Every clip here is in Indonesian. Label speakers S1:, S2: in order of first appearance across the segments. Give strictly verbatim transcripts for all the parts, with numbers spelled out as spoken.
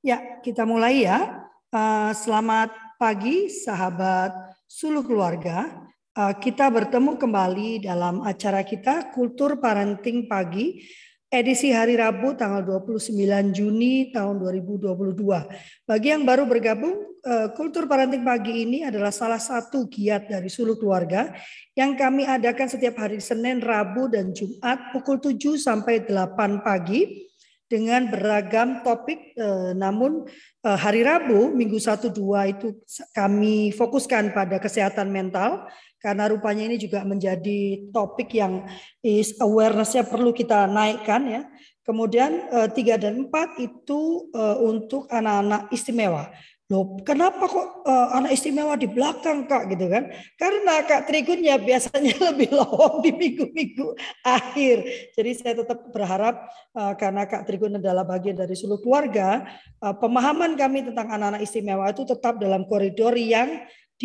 S1: Ya, kita mulai ya. Uh, selamat pagi sahabat Suluh Keluarga. Uh, kita bertemu kembali dalam acara kita Kultur Parenting Pagi edisi hari Rabu tanggal dua puluh sembilan Juni tahun dua ribu dua puluh dua. Bagi yang baru bergabung, uh, Kultur Parenting Pagi ini adalah salah satu giat dari Suluh Keluarga yang kami adakan setiap hari Senin, Rabu, dan Jumat pukul tujuh sampai delapan pagi. Dengan beragam topik, eh, namun eh, hari Rabu, minggu satu dua itu kami fokuskan pada kesehatan mental, karena rupanya ini juga menjadi topik yang is awareness-nya perlu kita naikkan ya. Kemudian eh, tiga dan empat itu eh, untuk anak-anak istimewa. Loh, kenapa kok uh, anak istimewa di belakang Kak gitu kan? Karena Kak Trigunnya biasanya lebih lowong di minggu-minggu akhir. Jadi saya tetap berharap uh, karena Kak Trigun adalah bagian dari seluruh keluarga, uh, pemahaman kami tentang anak-anak istimewa itu tetap dalam koridor yang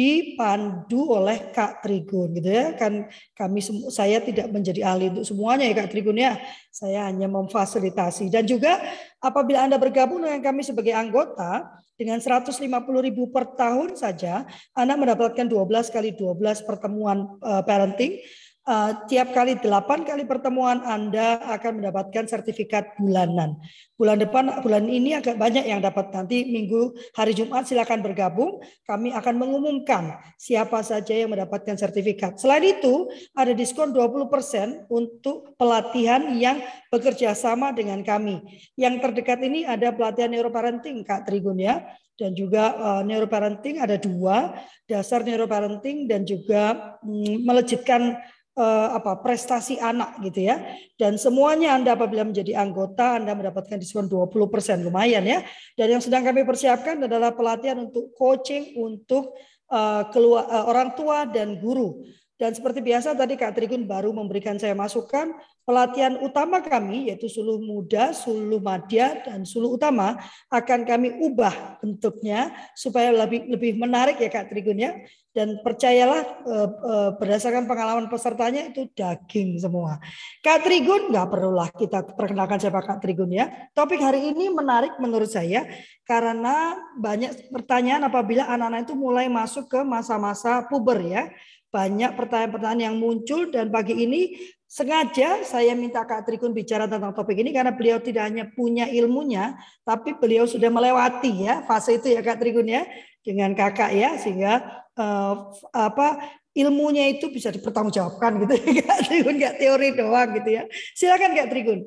S1: dipandu oleh Kak Trigun gitu ya. Kan kami saya tidak menjadi ahli untuk semuanya ya Kak Trigun ya. Saya hanya memfasilitasi, dan juga apabila Anda bergabung dengan kami sebagai anggota dengan seratus lima puluh ribu per tahun saja, Anda mendapatkan dua belas kali dua belas pertemuan uh, parenting. Uh, tiap kali delapan kali pertemuan Anda akan mendapatkan sertifikat bulanan. Bulan depan, bulan ini agak banyak yang dapat, nanti minggu hari Jumat silakan bergabung. Kami akan mengumumkan siapa saja yang mendapatkan sertifikat. Selain itu, ada diskon dua puluh persen untuk pelatihan yang bekerja sama dengan kami. Yang terdekat ini ada pelatihan neuroparenting Kak Trigun ya. Dan juga uh, neuroparenting ada dua, dasar neuroparenting dan juga mm, melejitkan uh, apa prestasi anak gitu ya. Dan semuanya Anda apabila menjadi anggota Anda mendapatkan diskon dua puluh persen, lumayan ya. Dan yang sedang kami persiapkan adalah pelatihan untuk coaching untuk uh, keluar, uh, orang tua dan guru. Dan seperti biasa tadi Kak Trigun baru memberikan saya masukan, pelatihan utama kami yaitu Suluh Muda, Suluh Madya, dan Suluh Utama akan kami ubah bentuknya supaya lebih lebih menarik ya Kak Trigun ya. Dan percayalah eh, eh, berdasarkan pengalaman pesertanya itu daging semua. Kak Trigun nggak perlulah kita perkenalkan siapa Kak Trigun ya. Topik hari ini menarik menurut saya karena banyak pertanyaan apabila anak-anak itu mulai masuk ke masa-masa puber ya. Banyak pertanyaan-pertanyaan yang muncul, dan pagi ini sengaja saya minta Kak Trigun bicara tentang topik ini karena beliau tidak hanya punya ilmunya, tapi beliau sudah melewati ya fase itu ya Kak Trigun ya dengan kakak ya, sehingga uh, apa ilmunya itu bisa dipertanggungjawabkan gitu ya Kak Trigun, nggak teori doang gitu ya. Silakan Kak Trigun.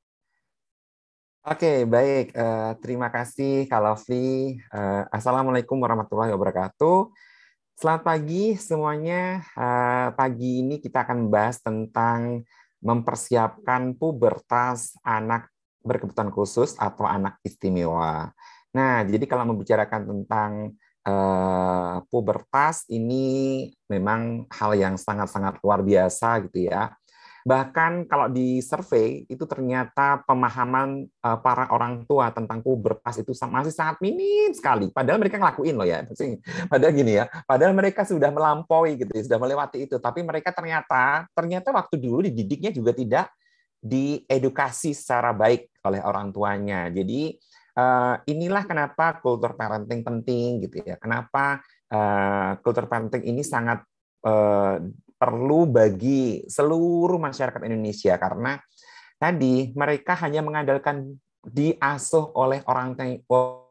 S2: Oke, baik. Uh, terima kasih Kak Lovely. Uh, Assalamualaikum warahmatullahi wabarakatuh. Selamat pagi semuanya. Pagi ini kita akan membahas tentang mempersiapkan pubertas anak berkebutuhan khusus atau anak istimewa. Nah, jadi kalau membicarakan tentang uh, pubertas ini memang hal yang sangat-sangat luar biasa gitu ya. Bahkan kalau di survei itu ternyata pemahaman uh, para orang tua tentang pubertas itu masih sangat minim sekali. Padahal mereka ngelakuin loh ya. Padahal gini ya, padahal mereka sudah melampaui gitu, sudah melewati itu. Tapi mereka ternyata ternyata waktu dulu dididiknya juga tidak diedukasi secara baik oleh orang tuanya. Jadi uh, inilah kenapa kultur parenting penting gitu ya. Kenapa uh, kultur parenting ini sangat uh, perlu bagi seluruh masyarakat Indonesia, karena tadi mereka hanya mengandalkan diasuh oleh orang tua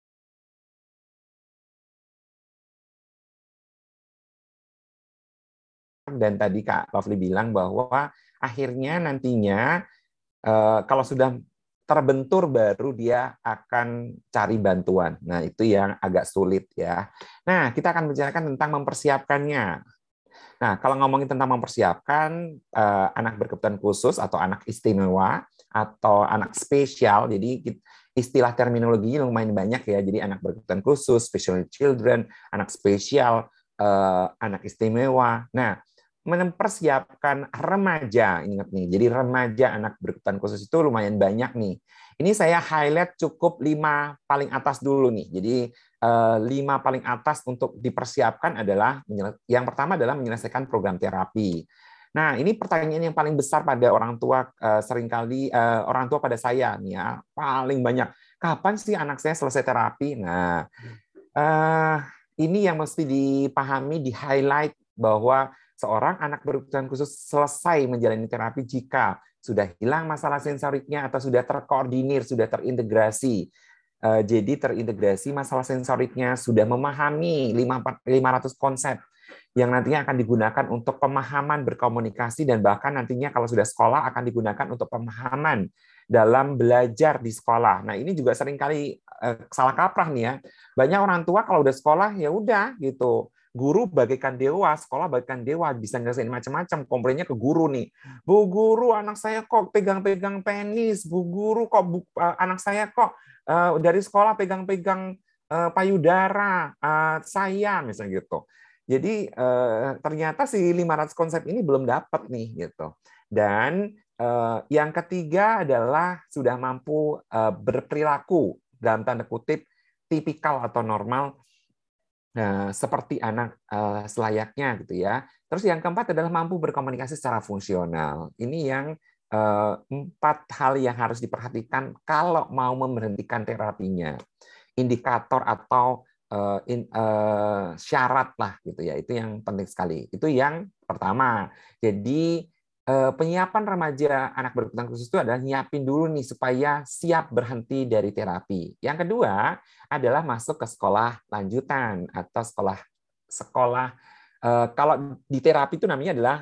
S2: dan tadi Kak Lovely bilang bahwa akhirnya nantinya kalau sudah terbentur baru dia akan cari bantuan. Nah, itu yang agak sulit ya. Nah, kita akan bicarakan tentang mempersiapkannya. Nah, kalau ngomongin tentang mempersiapkan uh, anak berkebutuhan khusus atau anak istimewa atau anak spesial, jadi istilah terminologinya lumayan banyak ya. Jadi anak berkebutuhan khusus, special children, anak spesial, uh, anak istimewa. Nah, mempersiapkan remaja, ingat nih. Jadi remaja anak berkebutuhan khusus itu lumayan banyak nih. Ini saya highlight cukup lima paling atas dulu nih. Jadi lima paling atas untuk dipersiapkan adalah yang pertama adalah menyelesaikan program terapi. Nah, ini pertanyaan yang paling besar pada orang tua seringkali orang tua pada saya nih ya, paling banyak. Kapan sih anak saya selesai terapi? Nah, uh, ini yang mesti dipahami, di-highlight bahwa seorang anak berkebutuhan khusus selesai menjalani terapi jika sudah hilang masalah sensoriknya atau sudah terkoordinir, sudah terintegrasi. Jadi terintegrasi masalah sensoriknya, sudah memahami lima ratus konsep yang nantinya akan digunakan untuk pemahaman berkomunikasi, dan bahkan nantinya kalau sudah sekolah akan digunakan untuk pemahaman dalam belajar di sekolah. Nah, ini juga seringkali salah kaprah nih ya. Banyak orang tua kalau udah sekolah ya udah gitu. Guru bagaikan dewa, sekolah bagaikan dewa, bisa nyelesain macam-macam. Komplainnya ke guru nih. Bu guru, anak saya kok pegang-pegang penis. Bu guru, kok bu, anak saya kok uh, dari sekolah pegang-pegang uh, payudara uh, saya, misalnya gitu. Jadi uh, ternyata si lima ratus konsep ini belum dapat nih gitu. Dan uh, yang ketiga adalah sudah mampu uh, berperilaku dalam tanda kutip tipikal atau normal, Nah, seperti anak uh, selayaknya gitu ya. Terus yang keempat adalah mampu berkomunikasi secara fungsional. Ini yang uh, empat hal yang harus diperhatikan kalau mau memberhentikan terapinya. Indikator atau uh, in, uh, syarat lah gitu ya. Itu yang penting sekali. Itu yang pertama. Jadi penyiapan remaja anak berkebutuhan khusus itu adalah nyiapin dulu nih supaya siap berhenti dari terapi. Yang kedua adalah masuk ke sekolah lanjutan atau sekolah sekolah kalau di terapi itu namanya adalah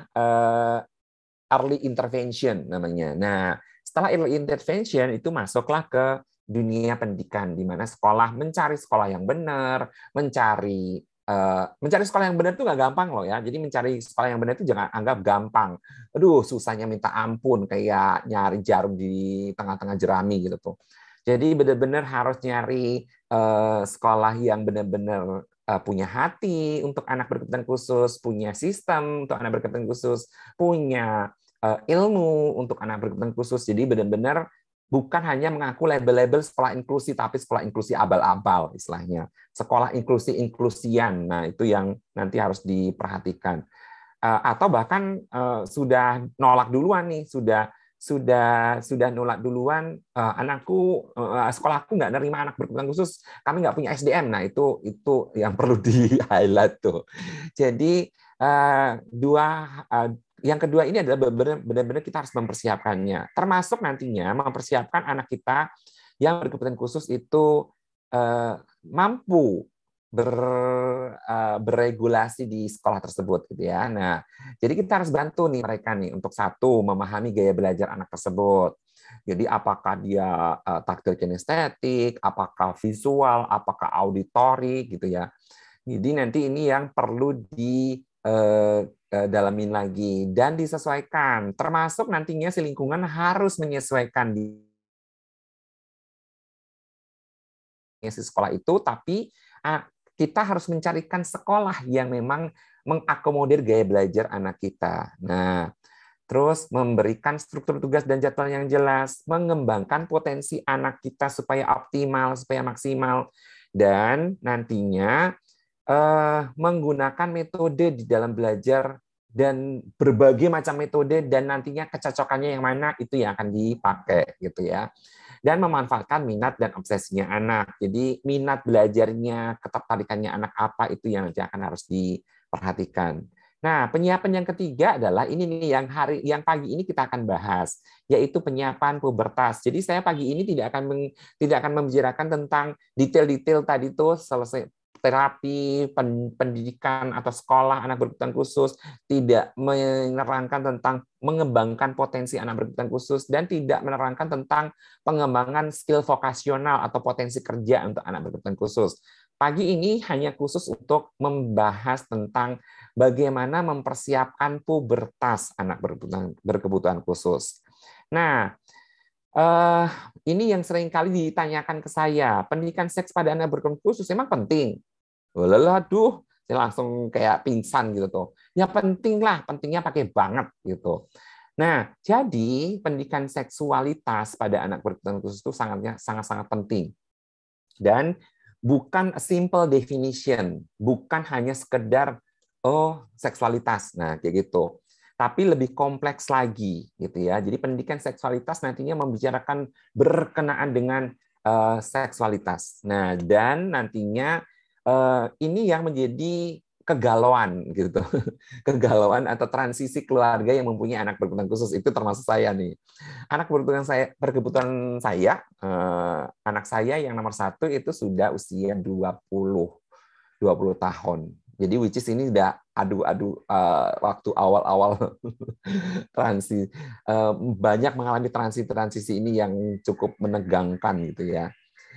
S2: early intervention namanya. Nah, setelah early intervention itu masuklah ke dunia pendidikan di mana sekolah mencari sekolah yang benar, mencari Uh, mencari sekolah yang benar itu nggak gampang loh ya. Jadi mencari sekolah yang benar itu jangan anggap gampang. Aduh, susahnya minta ampun kayak nyari jarum di tengah-tengah jerami gitu tuh. Jadi benar-benar harus nyari uh, sekolah yang benar-benar uh, punya hati untuk anak berkebutuhan khusus, punya sistem untuk anak berkebutuhan khusus, punya uh, ilmu untuk anak berkebutuhan khusus. Jadi benar-benar bukan hanya mengaku label-label sekolah inklusi, tapi sekolah inklusi abal-abal istilahnya. Sekolah inklusi-inklusian. Nah, itu yang nanti harus diperhatikan. Atau bahkan sudah nolak duluan nih, sudah sudah sudah nolak duluan, anakku, sekolahku nggak nerima anak berkebutuhan khusus, kami nggak punya S D M. Nah, itu itu yang perlu di-highlight tuh. Jadi dua yang kedua ini adalah benar-benar kita harus mempersiapkannya, termasuk nantinya mempersiapkan anak kita yang berkebutuhan khusus itu eh, mampu ber, eh, beregulasi di sekolah tersebut, gitu ya. Nah, jadi kita harus bantu nih mereka nih untuk satu memahami gaya belajar anak tersebut. Jadi apakah dia eh, taktil kinestetik, apakah visual, apakah auditori, gitu ya. Jadi nanti ini yang perlu di eh, dalamin lagi dan disesuaikan, termasuk nantinya si lingkungan harus menyesuaikan di sekolah itu, tapi kita harus mencarikan sekolah yang memang mengakomodir gaya belajar anak kita. Nah, terus memberikan struktur tugas dan jadwal yang jelas, mengembangkan potensi anak kita supaya optimal, supaya maksimal, dan nantinya eh, menggunakan metode di dalam belajar dan berbagai macam metode, dan nantinya kecocokannya yang mana itu yang akan dipakai gitu ya. Dan memanfaatkan minat dan obsesinya anak. Jadi minat belajarnya, ketertarikannya anak apa itu yang nanti akan harus diperhatikan. Nah, penyiapan yang ketiga adalah ini nih yang hari yang pagi ini kita akan bahas, yaitu penyiapan pubertas. Jadi saya pagi ini tidak akan meng, tidak akan membicarakan tentang detail-detail tadi tuh selesai terapi, pendidikan atau sekolah anak berkebutuhan khusus, tidak menerangkan tentang mengembangkan potensi anak berkebutuhan khusus, dan tidak menerangkan tentang pengembangan skill vokasional atau potensi kerja untuk anak berkebutuhan khusus. Pagi ini hanya khusus untuk membahas tentang bagaimana mempersiapkan pubertas anak berkebutuhan, berkebutuhan khusus. Nah, Uh, ini yang sering kali ditanyakan ke saya, pendidikan seks pada anak berkebutuhan khusus emang penting? Lelah, aduh, saya langsung kayak pingsan gitu tuh. Ya penting lah, pentingnya pakai banget gitu. Nah, jadi pendidikan seksualitas pada anak berkebutuhan khusus itu sangatnya sangat-sangat penting. Dan bukan a simple definition, bukan hanya sekedar oh seksualitas. Nah, kayak gitu. Tapi lebih kompleks lagi gitu ya. Jadi pendidikan seksualitas nantinya membicarakan berkenaan dengan uh, seksualitas. Nah, dan nantinya uh, ini yang menjadi kegalauan gitu, kegalauan atau transisi keluarga yang mempunyai anak berkebutuhan khusus, itu termasuk saya nih. Anak berkebutuhan saya, berkebutuhan saya, eh, anak saya yang nomor satu itu sudah usia dua puluh tahun. Jadi which is ini udah adu-adu uh, waktu awal-awal transisi, uh, banyak mengalami transisi-transisi ini yang cukup menegangkan gitu ya.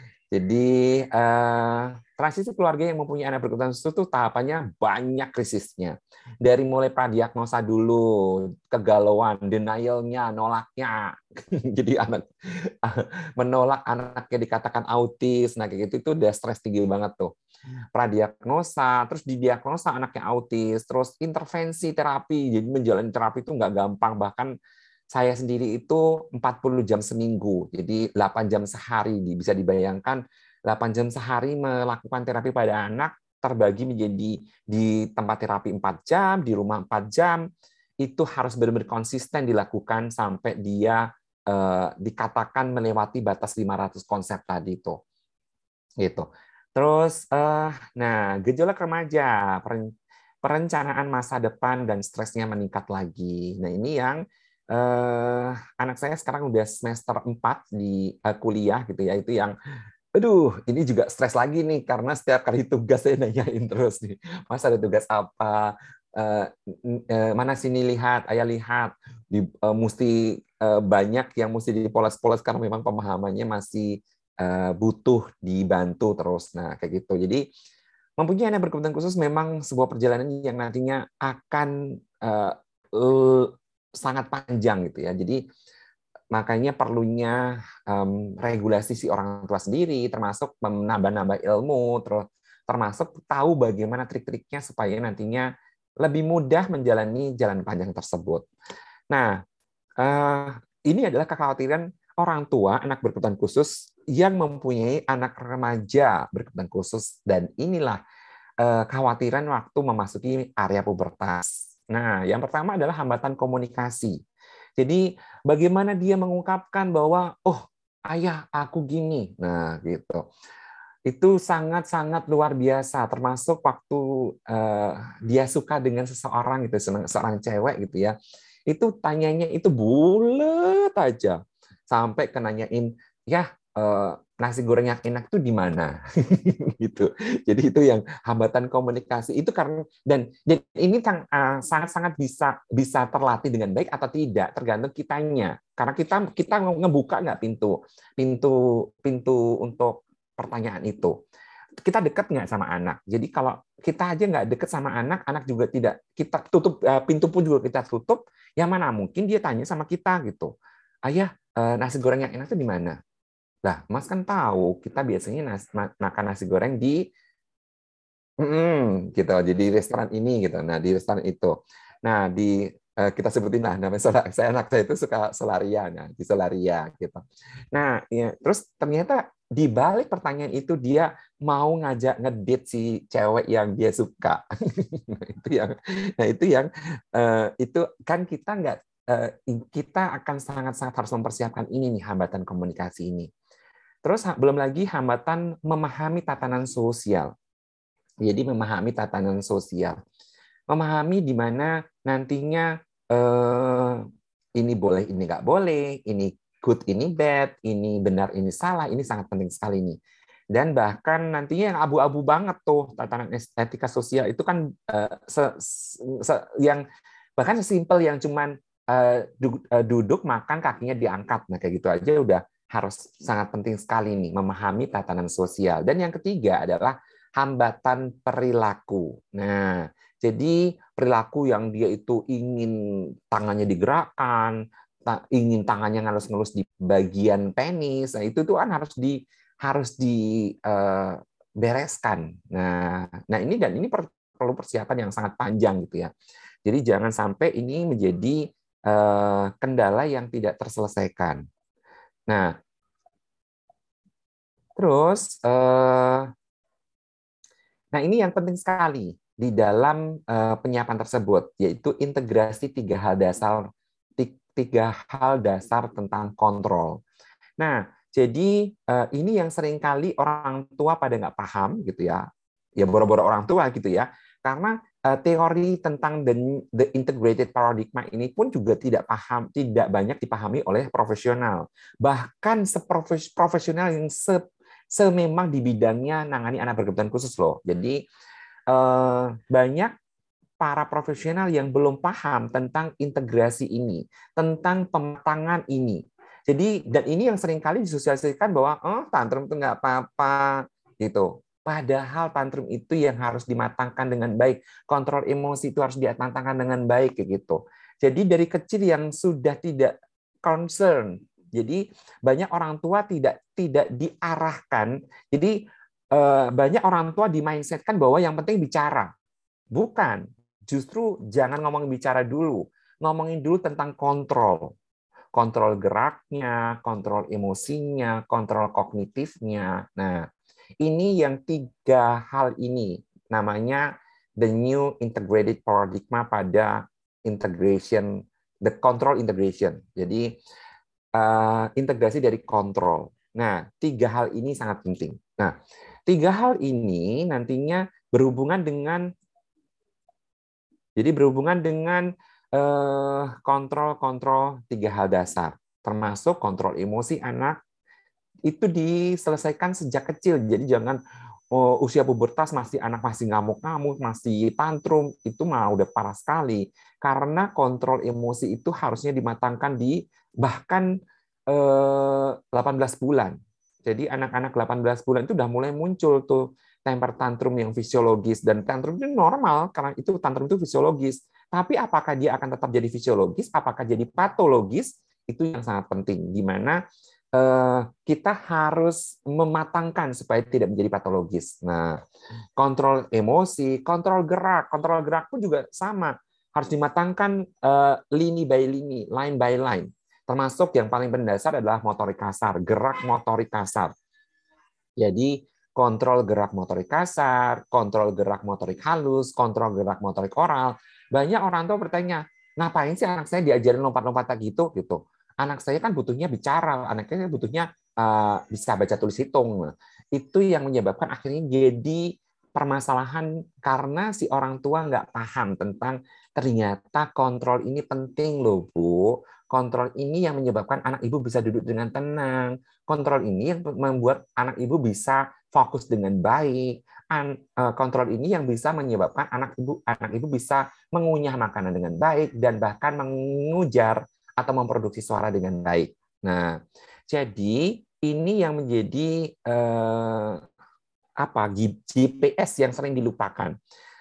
S2: Jadi eh, transisi keluarga yang mempunyai anak berkebutuhan khusus itu tahapannya banyak krisisnya. Dari mulai pradiagnosa dulu, kegalauan, denialnya, nolaknya. Jadi anak menolak anaknya dikatakan autis, nah kayak gitu itu udah stres tinggi banget tuh. Pradiagnosa, terus didiagnosa anaknya autis, terus intervensi terapi. Jadi menjalani terapi itu nggak gampang, bahkan saya sendiri itu empat puluh jam seminggu, jadi delapan jam sehari. Bisa dibayangkan delapan jam sehari melakukan terapi pada anak terbagi menjadi di tempat terapi empat jam, di rumah empat jam. Itu harus benar-benar konsisten dilakukan sampai dia eh, dikatakan melewati batas lima ratus konsep tadi itu. Gitu. Terus eh, nah, gejolak remaja, perencanaan masa depan dan stresnya meningkat lagi. Nah, ini yang eh, anak saya sekarang udah semester empat di eh, kuliah gitu ya. Itu yang aduh, ini juga stres lagi nih karena setiap kali tugas saya nanyain terus nih. Mas ada tugas apa? Eh, eh, mana sini lihat, ayah lihat. Di, eh, mesti eh, banyak yang mesti dipoles-poles karena memang pemahamannya masih eh, butuh dibantu terus. Nah, kayak gitu. Jadi mempunyai anak berkebutuhan khusus memang sebuah perjalanan yang nantinya akan uh, uh, sangat panjang gitu ya. Jadi makanya perlunya um, regulasi si orang tua sendiri, termasuk menambah-nambah ilmu, terus termasuk tahu bagaimana trik-triknya supaya nantinya lebih mudah menjalani jalan panjang tersebut. Nah, uh, ini adalah kekhawatiran orang tua anak berkebutuhan khusus yang mempunyai anak remaja berkebutuhan khusus, dan inilah kekhawatiran waktu memasuki area pubertas. Nah, yang pertama adalah hambatan komunikasi. Jadi, bagaimana dia mengungkapkan bahwa, oh, ayah, aku gini. Nah, gitu. Itu sangat-sangat luar biasa, termasuk waktu uh, dia suka dengan seseorang, gitu, seorang cewek, gitu ya. Itu tanyanya itu bulet aja. Sampai kenanyain, ya, uh, nasi goreng yang enak itu di mana gitu. Jadi itu yang hambatan komunikasi itu karena dan, dan ini kan uh, sangat-sangat bisa bisa terlatih dengan baik atau tidak tergantung kitanya. Karena kita kita ngebuka nggak pintu pintu pintu untuk pertanyaan itu. Kita dekat nggak sama anak. Jadi kalau kita aja nggak dekat sama anak, anak juga tidak, kita tutup pintu pun juga kita tutup. Ya mana mungkin dia tanya sama kita gitu. Ayah, nasi goreng yang enak itu di mana? Lah, Mas kan tahu kita biasanya nas, makan nasi goreng di mm, gitu, jadi restoran ini gitu. Nah, di restoran itu. Nah, di eh, kita sebutin lah namanya, saya anak saya itu suka Solaria, nah di Solaria gitu. Nah, ya, terus ternyata di balik pertanyaan itu dia mau ngajak ngedate si cewek yang dia suka. Nah, itu yang nah itu yang eh, itu kan kita nggak eh, kita akan sangat-sangat harus mempersiapkan ini nih, hambatan komunikasi ini. Terus belum lagi hambatan memahami tatanan sosial. Jadi memahami tatanan sosial. Memahami di mana nantinya eh, ini boleh, ini nggak boleh, ini good, ini bad, ini benar, ini salah, ini sangat penting sekali nih. Dan bahkan nantinya yang abu-abu banget tuh tatanan etika sosial itu kan eh, se, se, yang bahkan sesimpel yang cuman eh, duduk makan kakinya diangkat, nah kayak gitu aja udah harus sangat penting sekali nih memahami tatanan sosial. Dan yang ketiga adalah hambatan perilaku. Nah, jadi perilaku yang dia itu ingin tangannya digerakkan, ingin tangannya ngelus-ngelus di bagian penis, nah itu tuh kan harus di harus dibereskan. Nah, nah ini dan ini perlu persiapan yang sangat panjang gitu ya. Jadi jangan sampai ini menjadi kendala yang tidak terselesaikan. Nah, terus, nah ini yang penting sekali di dalam penyiapan tersebut, yaitu integrasi tiga hal dasar, tiga hal dasar tentang kontrol. Nah, Jadi ini yang seringkali orang tua pada nggak paham gitu ya, ya boro-boro orang tua gitu ya, karena teori tentang the, the integrated paradigma ini pun juga tidak paham, tidak banyak dipahami oleh profesional, bahkan seprofesional yang se, sememang di bidangnya nangani anak berkebutuhan khusus loh. Jadi banyak para profesional yang belum paham tentang integrasi ini, tentang pematangan ini. Jadi, dan ini yang seringkali disosialisasikan bahwa oh, tantrum itu nggak apa-apa gitu. Padahal tantrum itu yang harus dimatangkan dengan baik. Kontrol emosi itu harus dimatangkan dengan baik gitu. Jadi dari kecil yang sudah tidak concern. Jadi banyak orang tua tidak tidak diarahkan. Jadi banyak orang tua di-mindsetkan bahwa yang penting bicara. Bukan. Justru jangan ngomongin bicara dulu. Ngomongin dulu tentang kontrol. Kontrol geraknya, kontrol emosinya, kontrol kognitifnya. Nah, ini yang tiga hal ini namanya the new integrated paradigma pada integration, the control integration. Jadi uh, integrasi dari kontrol. Nah, tiga hal ini sangat penting. Nah, tiga hal ini nantinya berhubungan dengan jadi berhubungan dengan kontrol-kontrol tiga hal dasar, termasuk kontrol emosi anak itu diselesaikan sejak kecil. Jadi jangan oh, usia pubertas masih anak masih ngamuk-ngamuk, masih tantrum, itu mah udah parah sekali. Karena kontrol emosi itu harusnya dimatangkan di bahkan eh, delapan belas bulan. Jadi anak-anak delapan belas bulan itu udah mulai muncul tuh temper tantrum yang fisiologis, dan tantrum itu normal karena itu tantrum itu fisiologis. Tapi apakah dia akan tetap jadi fisiologis, apakah jadi patologis, itu yang sangat penting, di mana kita harus mematangkan supaya tidak menjadi patologis. Nah, kontrol emosi, kontrol gerak, kontrol gerak pun juga sama, harus dimatangkan lini by lini, line by line. Termasuk yang paling mendasar adalah motorik kasar, gerak motorik kasar. Jadi kontrol gerak motorik kasar, kontrol gerak motorik halus, kontrol gerak motorik oral. Banyak orang tua bertanya, ngapain sih anak saya diajarin lompat-lompat gitu gitu? Anak saya kan butuhnya bicara, anaknya butuhnya uh, bisa baca tulis hitung. Itu yang menyebabkan akhirnya jadi permasalahan karena si orang tua nggak paham tentang ternyata kontrol ini penting loh Bu. Kontrol ini yang menyebabkan anak ibu bisa duduk dengan tenang. Kontrol ini yang membuat anak ibu bisa fokus dengan baik. Kontrol ini yang bisa menyebabkan anak ibu anak ibu bisa mengunyah makanan dengan baik dan bahkan mengujar atau memproduksi suara dengan baik. Nah, jadi ini yang menjadi eh, apa G P S yang sering dilupakan.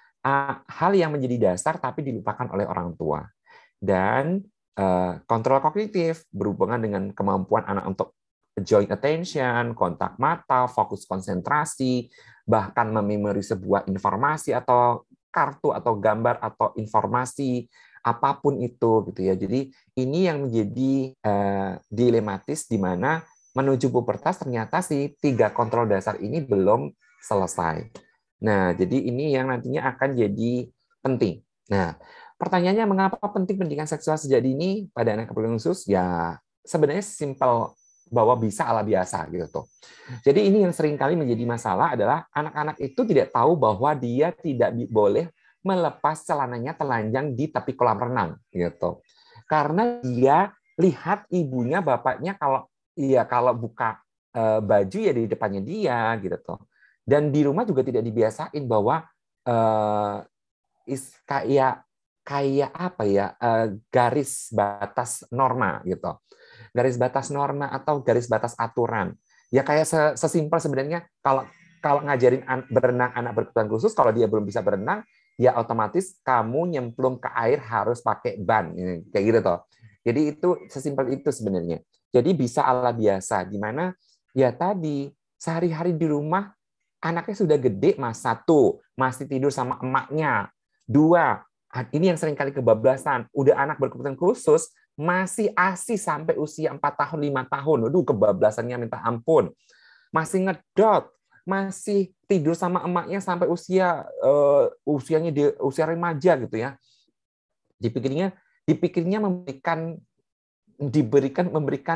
S2: Hal yang menjadi dasar tapi dilupakan oleh orang tua. Dan eh, kontrol kognitif berhubungan dengan kemampuan anak untuk joint attention, kontak mata, fokus konsentrasi, bahkan mememori sebuah informasi atau kartu atau gambar atau informasi apapun itu gitu ya. Jadi ini yang menjadi uh, dilematis di mana menuju pubertas ternyata si tiga kontrol dasar ini belum selesai. Nah, jadi ini yang nantinya akan jadi penting. Nah, pertanyaannya mengapa penting pendidikan seksual sejak dini pada anak kebutuhan khusus? Ya, sebenarnya simpel bahwa bisa ala biasa gitu tuh. Jadi ini yang seringkali menjadi masalah adalah anak-anak itu tidak tahu bahwa dia tidak boleh melepas celananya telanjang di tepi kolam renang gitu. Karena dia lihat ibunya, bapaknya kalau iya kalau buka uh, baju ya di depannya dia gitu tuh. Dan di rumah juga tidak dibiasain bahwa uh, is kayak kayak apa ya uh, garis batas norma gitu. Garis batas norma atau garis batas aturan. Ya kayak sesimpel sebenarnya kalau kalau ngajarin berenang anak berkebutuhan khusus, kalau dia belum bisa berenang, ya otomatis kamu nyemplung ke air harus pakai ban, kayak gitu toh. Jadi itu sesimpel itu sebenarnya. Jadi bisa ala biasa, di mana ya tadi sehari-hari di rumah anaknya sudah gede, mas satu masih tidur sama emaknya, dua ini yang seringkali kebablasan, udah anak berkebutuhan khusus masih A S I sampai usia empat tahun, lima tahun. Aduh, kebablasannya minta ampun. Masih ngedot, masih tidur sama emaknya sampai usia uh, usianya di usia remaja gitu ya. Dipikirnya dipikirnya memberikan diberikan memberikan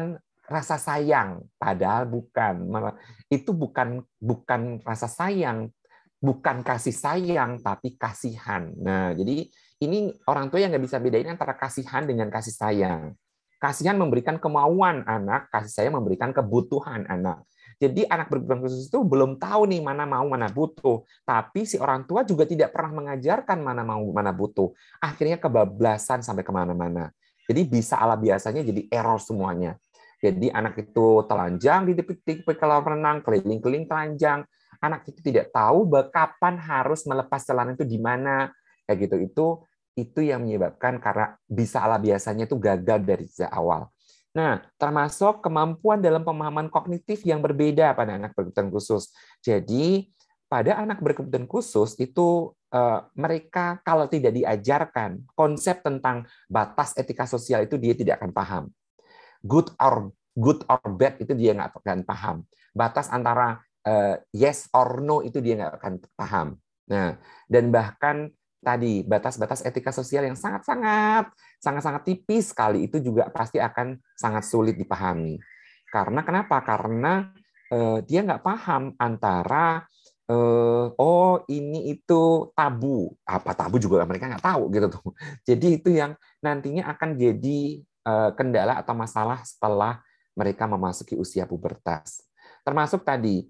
S2: rasa sayang, padahal bukan. Itu bukan bukan rasa sayang, bukan kasih sayang, tapi kasihan. Nah, jadi ini orang tua yang nggak bisa bedain antara kasihan dengan kasih sayang. Kasihan memberikan kemauan anak, kasih sayang memberikan kebutuhan anak. Jadi anak berkebutuhan khusus itu belum tahu nih mana mau, mana butuh. Tapi si orang tua juga tidak pernah mengajarkan mana mau, mana butuh. Akhirnya kebablasan sampai kemana-mana. Jadi bisa ala biasanya jadi error semuanya. Jadi anak itu telanjang di tepi kolam renang, keliling-keliling telanjang. Anak itu tidak tahu kapan harus melepas celana itu di mana, kayak gitu. Itu itu yang menyebabkan karena bisa ala biasanya itu gagal dari sejak awal. Nah, termasuk kemampuan dalam pemahaman kognitif yang berbeda pada anak berkebutuhan khusus. Jadi pada anak berkebutuhan khusus itu mereka kalau tidak diajarkan konsep tentang batas etika sosial itu dia tidak akan paham. Good or good or bad itu dia nggak akan paham. Batas antara uh, yes or no itu dia nggak akan paham. Nah, dan bahkan tadi batas-batas etika sosial yang sangat-sangat sangat-sangat tipis sekali itu juga pasti akan sangat sulit dipahami. Karena kenapa? Karena uh, dia nggak paham antara uh, oh ini itu tabu, apa tabu juga mereka nggak tahu gitu tuh. Jadi itu yang nantinya akan jadi kendala atau masalah setelah mereka memasuki usia pubertas. Termasuk tadi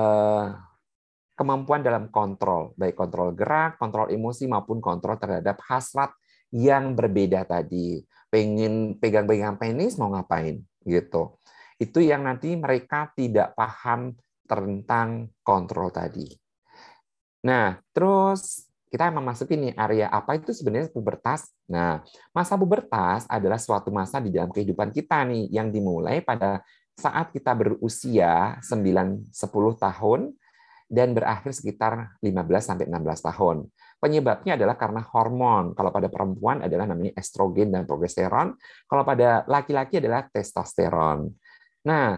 S2: kemampuan dalam kontrol, baik kontrol gerak, kontrol emosi maupun kontrol terhadap hasrat yang berbeda tadi. Pengen pegang-pegang penis mau ngapain gitu. Itu yang nanti mereka tidak paham tentang kontrol tadi. Nah, terus kita memasuki nih area apa itu sebenarnya pubertas. Nah, masa pubertas adalah suatu masa di dalam kehidupan kita nih yang dimulai pada saat kita berusia sembilan sepuluh tahun dan berakhir sekitar lima belas sampai enam belas tahun. Penyebabnya adalah karena hormon. Kalau pada perempuan adalah namanya estrogen dan progesteron, kalau pada laki-laki adalah testosteron. Nah,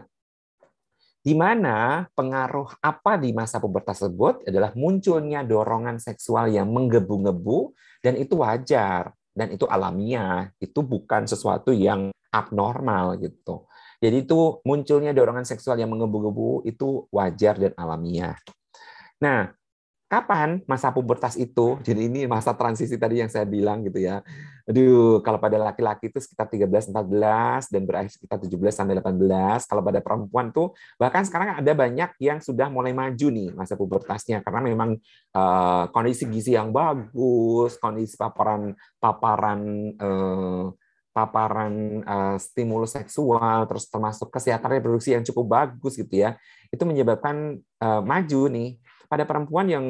S2: di mana pengaruh apa di masa pubertas tersebut adalah munculnya dorongan seksual yang menggebu-gebu, dan itu wajar dan itu alamiah, itu bukan sesuatu yang abnormal gitu. Jadi itu munculnya dorongan seksual yang menggebu-gebu itu wajar dan alamiah. Nah, kapan masa pubertas itu? Jadi ini masa transisi tadi yang saya bilang gitu ya. Aduh, kalau pada laki-laki itu sekitar tiga belas empat belas dan berakhir sekitar tujuh belas sampai delapan belas. Kalau pada perempuan tuh bahkan sekarang ada banyak yang sudah mulai maju nih masa pubertasnya karena memang uh, kondisi gizi yang bagus, kondisi paparan paparan uh, paparan uh, stimulus seksual, terus termasuk kesehatan reproduksi yang cukup bagus gitu ya. Itu menyebabkan uh, maju nih. Pada perempuan yang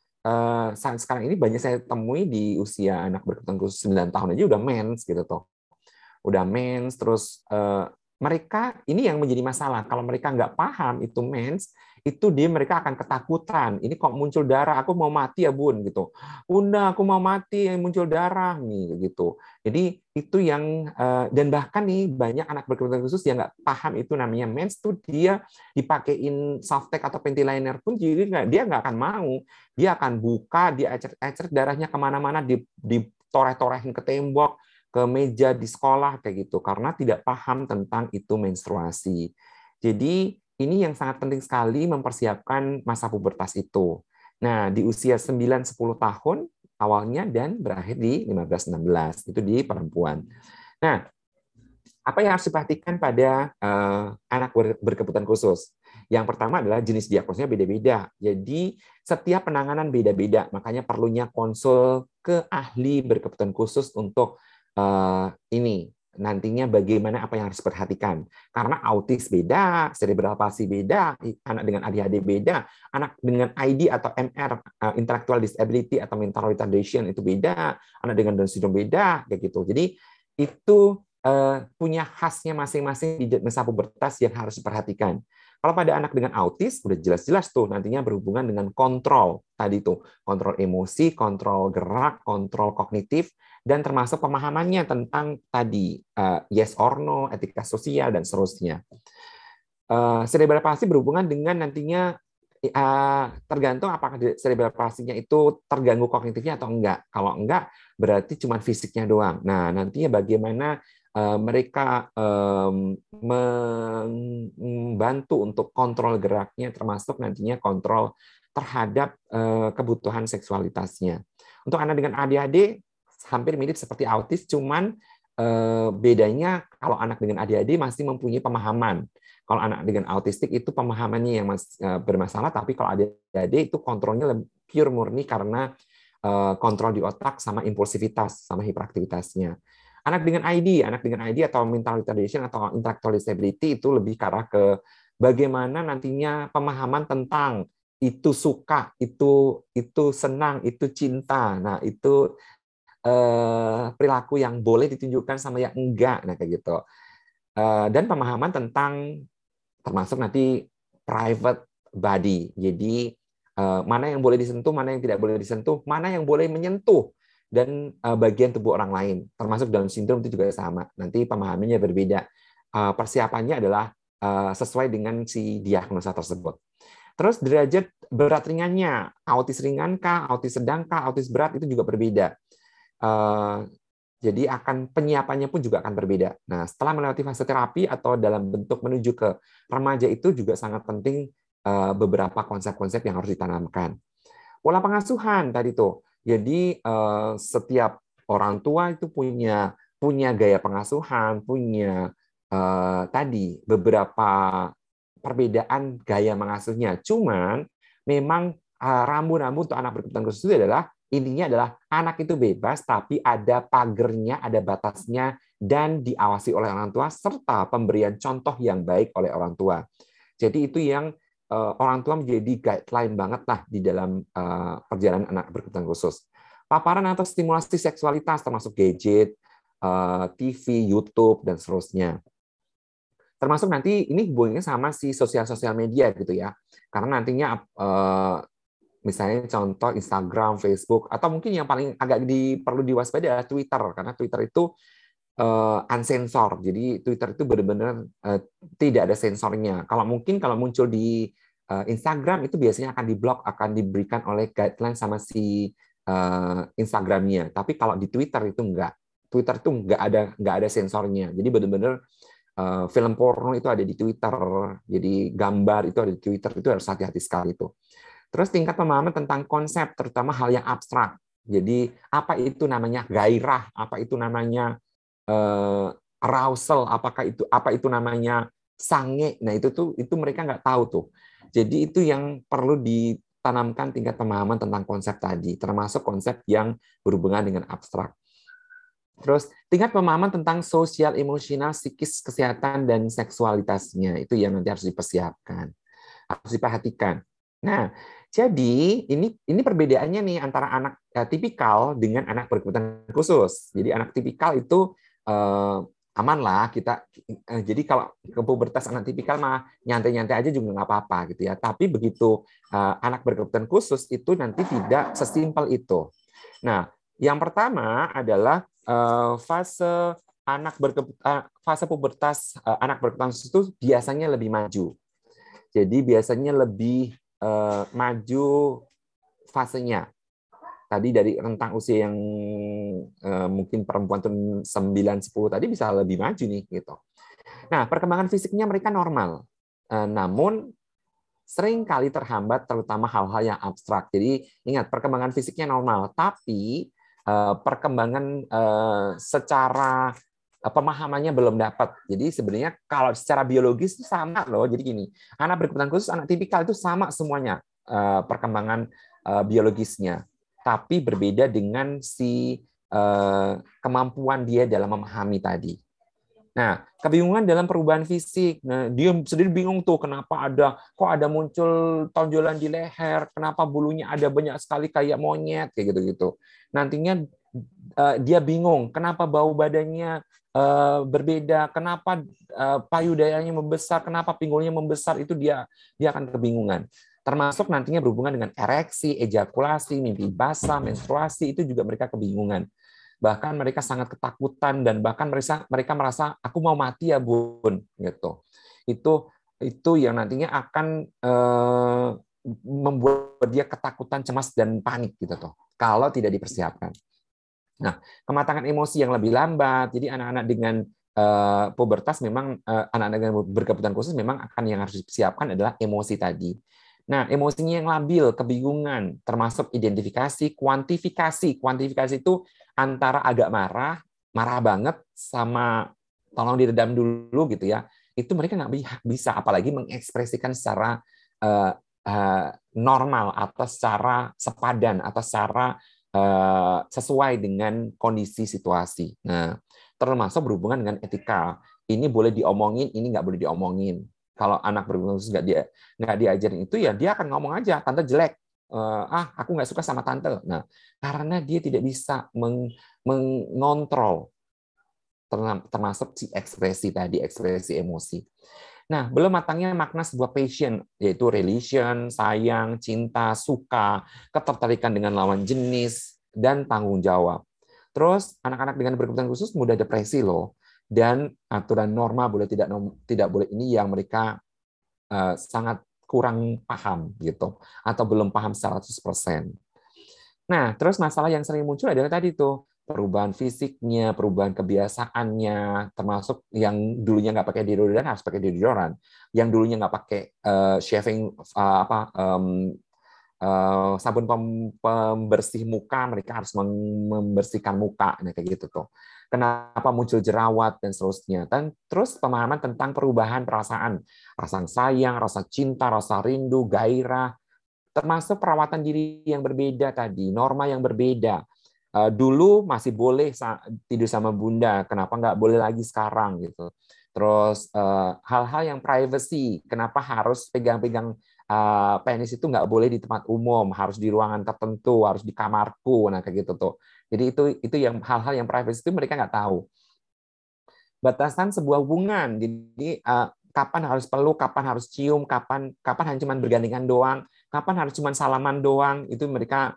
S2: uh, saat sekarang ini banyak saya temui di usia anak berkebutuhan khusus sembilan tahun aja udah mens gitu toh. Udah mens, terus uh, mereka ini yang menjadi masalah. Kalau mereka nggak paham itu mens, itu dia mereka akan ketakutan. Ini kok muncul darah, aku mau mati ya bun gitu. Bunda, aku mau mati, muncul darah nih gitu. Jadi itu yang dan bahkan nih banyak anak berkebutuhan khusus yang nggak paham itu namanya mens tuh dia dipakein softtek atau panty liner pun jadi nggak dia nggak akan mau. Dia akan buka, dia ecer-ecer darahnya kemana-mana, ditoreh-torehin ke tembok, ke meja di sekolah kayak gitu karena tidak paham tentang itu menstruasi. Jadi ini yang sangat penting sekali mempersiapkan masa pubertas itu. Nah, di usia sembilan sepuluh tahun awalnya dan berakhir di lima belas enam belas itu di perempuan. Nah, apa yang harus diperhatikan pada uh, anak berkebutuhan khusus? Yang pertama adalah jenis diagnosnya beda-beda. Jadi setiap penanganan beda-beda, makanya perlunya konsul ke ahli berkebutuhan khusus untuk uh, ini nantinya bagaimana apa yang harus diperhatikan. Karena autis beda, cerebral palsy beda, anak dengan A D H D beda, anak dengan I D atau M R, intellectual disability atau mental retardation itu beda, anak dengan Down syndrome beda, kayak gitu. Jadi itu punya khasnya masing-masing di masa pubertas yang harus diperhatikan. Kalau pada anak dengan autis, udah jelas-jelas tuh nantinya berhubungan dengan kontrol tadi tuh, kontrol emosi, kontrol gerak, kontrol kognitif, dan termasuk pemahamannya tentang tadi uh, yes or no, etika sosial dan seterusnya. Uh, cerebral palsy berhubungan dengan nantinya uh, tergantung apakah cerebral palsy-nya itu terganggu kognitifnya atau enggak. Kalau enggak, berarti cuma fisiknya doang. Nah, nantinya bagaimana mereka membantu untuk kontrol geraknya, termasuk nantinya kontrol terhadap kebutuhan seksualitasnya. Untuk anak dengan A D H D hampir mirip seperti autis, cuman bedanya kalau anak dengan A D H D masih mempunyai pemahaman. Kalau anak dengan autistik itu pemahamannya yang bermasalah, tapi kalau A D H D itu kontrolnya lebih pure murni karena kontrol di otak sama impulsivitas sama hiperaktivitasnya. Anak dengan I D, anak dengan I D atau mental retardation atau intellectual disability itu lebih ke arah ke bagaimana nantinya pemahaman tentang itu suka, itu itu senang, itu cinta. Nah, itu eh, perilaku yang boleh ditunjukkan sama yang enggak, nah kayak gitu. Eh, dan pemahaman tentang termasuk nanti private body. Jadi eh, mana yang boleh disentuh, mana yang tidak boleh disentuh, mana yang boleh menyentuh dan bagian tubuh orang lain, termasuk Down syndrome itu juga sama. Nanti pemahamannya berbeda. Persiapannya adalah sesuai dengan si diagnosa tersebut. Terus derajat berat ringannya, autis ringan kah, autis sedang kah, autis berat itu juga berbeda. Jadi akan penyiapannya pun juga akan berbeda. Nah, setelah melewati fase terapi atau dalam bentuk menuju ke remaja itu juga sangat penting beberapa konsep-konsep yang harus ditanamkan. Pola pengasuhan tadi tuh. Jadi setiap orang tua itu punya punya gaya pengasuhan, punya eh, tadi beberapa perbedaan gaya mengasuhnya. Cuman memang rambu-rambu untuk anak berkebutuhan khusus itu adalah intinya adalah anak itu bebas tapi ada pagernya, ada batasnya dan diawasi oleh orang tua serta pemberian contoh yang baik oleh orang tua. Jadi itu yang orang tua menjadi guideline banget lah di dalam perjalanan anak berkebutuhan khusus. Paparan atau stimulasi seksualitas termasuk gadget, T V, YouTube dan seterusnya. Termasuk nanti ini hubungannya sama si sosial-sosial media gitu ya. Karena nantinya misalnya contoh Instagram, Facebook, atau mungkin yang paling agak di, perlu diwaspadai adalah Twitter karena Twitter itu Uh, unsensor, jadi Twitter itu benar-benar uh, tidak ada sensornya. Kalau mungkin kalau muncul di uh, Instagram itu biasanya akan diblok, akan diberikan oleh guideline sama si uh, Instagramnya. Tapi kalau di Twitter itu enggak, Twitter itu enggak ada enggak ada sensornya. Jadi benar-benar uh, film porno itu ada di Twitter, jadi gambar itu ada di Twitter, itu harus hati-hati sekali itu. Terus tingkat pemahaman tentang konsep, terutama hal yang abstrak. Jadi apa itu namanya gairah, apa itu namanya Uh, arousal, apakah itu apa itu namanya sange, nah itu tuh itu mereka nggak tahu tuh. Jadi itu yang perlu ditanamkan tingkat pemahaman tentang konsep tadi, termasuk konsep yang berhubungan dengan abstrak. Terus tingkat pemahaman tentang sosial, emosional, psikis, kesehatan dan seksualitasnya itu yang nanti harus dipersiapkan, harus diperhatikan. Nah, jadi ini ini perbedaannya nih antara anak eh, tipikal dengan anak berkebutuhan khusus. Jadi anak tipikal itu eh, aman lah kita. Eh, jadi kalau ke pubertas anak tipikal mah nyantai-nyantai aja juga nggak apa-apa gitu ya. Tapi begitu eh, anak berkebutuhan khusus itu nanti tidak sesimpel itu. Nah, yang pertama adalah eh, fase anak berkebutuhan fase pubertas eh, anak berkebutuhan khusus itu biasanya lebih maju. Jadi biasanya lebih eh, maju fasenya. Tadi dari rentang usia yang eh, mungkin perempuan tuh sembilan sepuluh tadi bisa lebih maju nih gitu. Nah, perkembangan fisiknya mereka normal. Eh, namun sering kali terhambat terutama hal-hal yang abstrak. Jadi ingat perkembangan fisiknya normal, tapi eh, perkembangan eh, secara pemahamannya belum dapat. Jadi sebenarnya kalau secara biologis itu sama loh. Jadi gini, anak berkebutuhan khusus, anak tipikal itu sama semuanya eh, perkembangan eh, biologisnya, tapi berbeda dengan si eh, kemampuan dia dalam memahami tadi. Nah, kebingungan dalam perubahan fisik. Nah, dia sendiri bingung tuh kenapa ada kok ada muncul tonjolan di leher, kenapa bulunya ada banyak sekali kayak monyet kayak gitu-gitu. Nantinya uh, dia bingung kenapa bau badannya uh, berbeda, kenapa uh, payudaranya membesar, kenapa pinggulnya membesar, itu dia dia akan kebingungan. Termasuk nantinya berhubungan dengan ereksi, ejakulasi, mimpi basah, menstruasi, itu juga mereka kebingungan. Bahkan mereka sangat ketakutan dan bahkan mereka mereka merasa aku mau mati ya bun gitu. Itu itu yang nantinya akan eh, membuat dia ketakutan, cemas dan panik gitu tuh kalau tidak dipersiapkan. Nah, kematangan emosi yang lebih lambat. Jadi anak-anak dengan uh, pubertas memang uh, anak-anak dengan berkebutuhan khusus memang akan yang harus disiapkan adalah emosi tadi. Nah, emosinya yang labil, kebingungan, termasuk identifikasi, kuantifikasi. Kuantifikasi itu antara agak marah, marah banget, sama tolong diredam dulu gitu ya. Itu mereka nggak bisa, apalagi mengekspresikan secara uh, uh, normal atau secara sepadan atau secara uh, sesuai dengan kondisi situasi. Nah, termasuk berhubungan dengan etika. Ini boleh diomongin, ini nggak boleh diomongin. Kalau anak berkebutuhan khusus nggak dia nggak diajarin itu ya dia akan ngomong aja tante jelek, uh, ah aku nggak suka sama tante. Nah karena dia tidak bisa meng mengontrol termasuk si ekspresi tadi, ekspresi emosi. Nah belum matangnya makna sebuah passion, yaitu relation, sayang, cinta, suka, ketertarikan dengan lawan jenis, dan tanggung jawab. Terus anak-anak dengan berkebutuhan khusus mudah depresi loh, dan aturan norma boleh tidak tidak boleh ini yang mereka uh, sangat kurang paham gitu atau belum paham seratus persen. Nah, terus masalah yang sering muncul adalah tadi tuh perubahan fisiknya, perubahan kebiasaannya, termasuk yang dulunya nggak pakai deodoran harus pakai deodoran, yang dulunya nggak pakai uh, shaving uh, apa um, uh, sabun pembersih muka, mereka harus membersihkan muka, nah kayak gitu tuh. Kenapa muncul jerawat dan seterusnya. Dan terus pemahaman tentang perubahan perasaan, rasa sayang, rasa cinta, rasa rindu, gairah, termasuk perawatan diri yang berbeda tadi, norma yang berbeda. Dulu masih boleh tidur sama bunda, kenapa nggak boleh lagi sekarang gitu. Terus hal-hal yang privacy, kenapa harus pegang-pegang penis itu nggak boleh di tempat umum, harus di ruangan tertentu, harus di kamarku, nah kayak gitu tuh. Jadi itu itu yang hal-hal yang privacy itu mereka nggak tahu. Batasan sebuah hubungan, jadi kapan harus peluk, kapan harus cium, kapan kapan hanya cuma bergandengan doang, kapan harus cuma salaman doang, itu mereka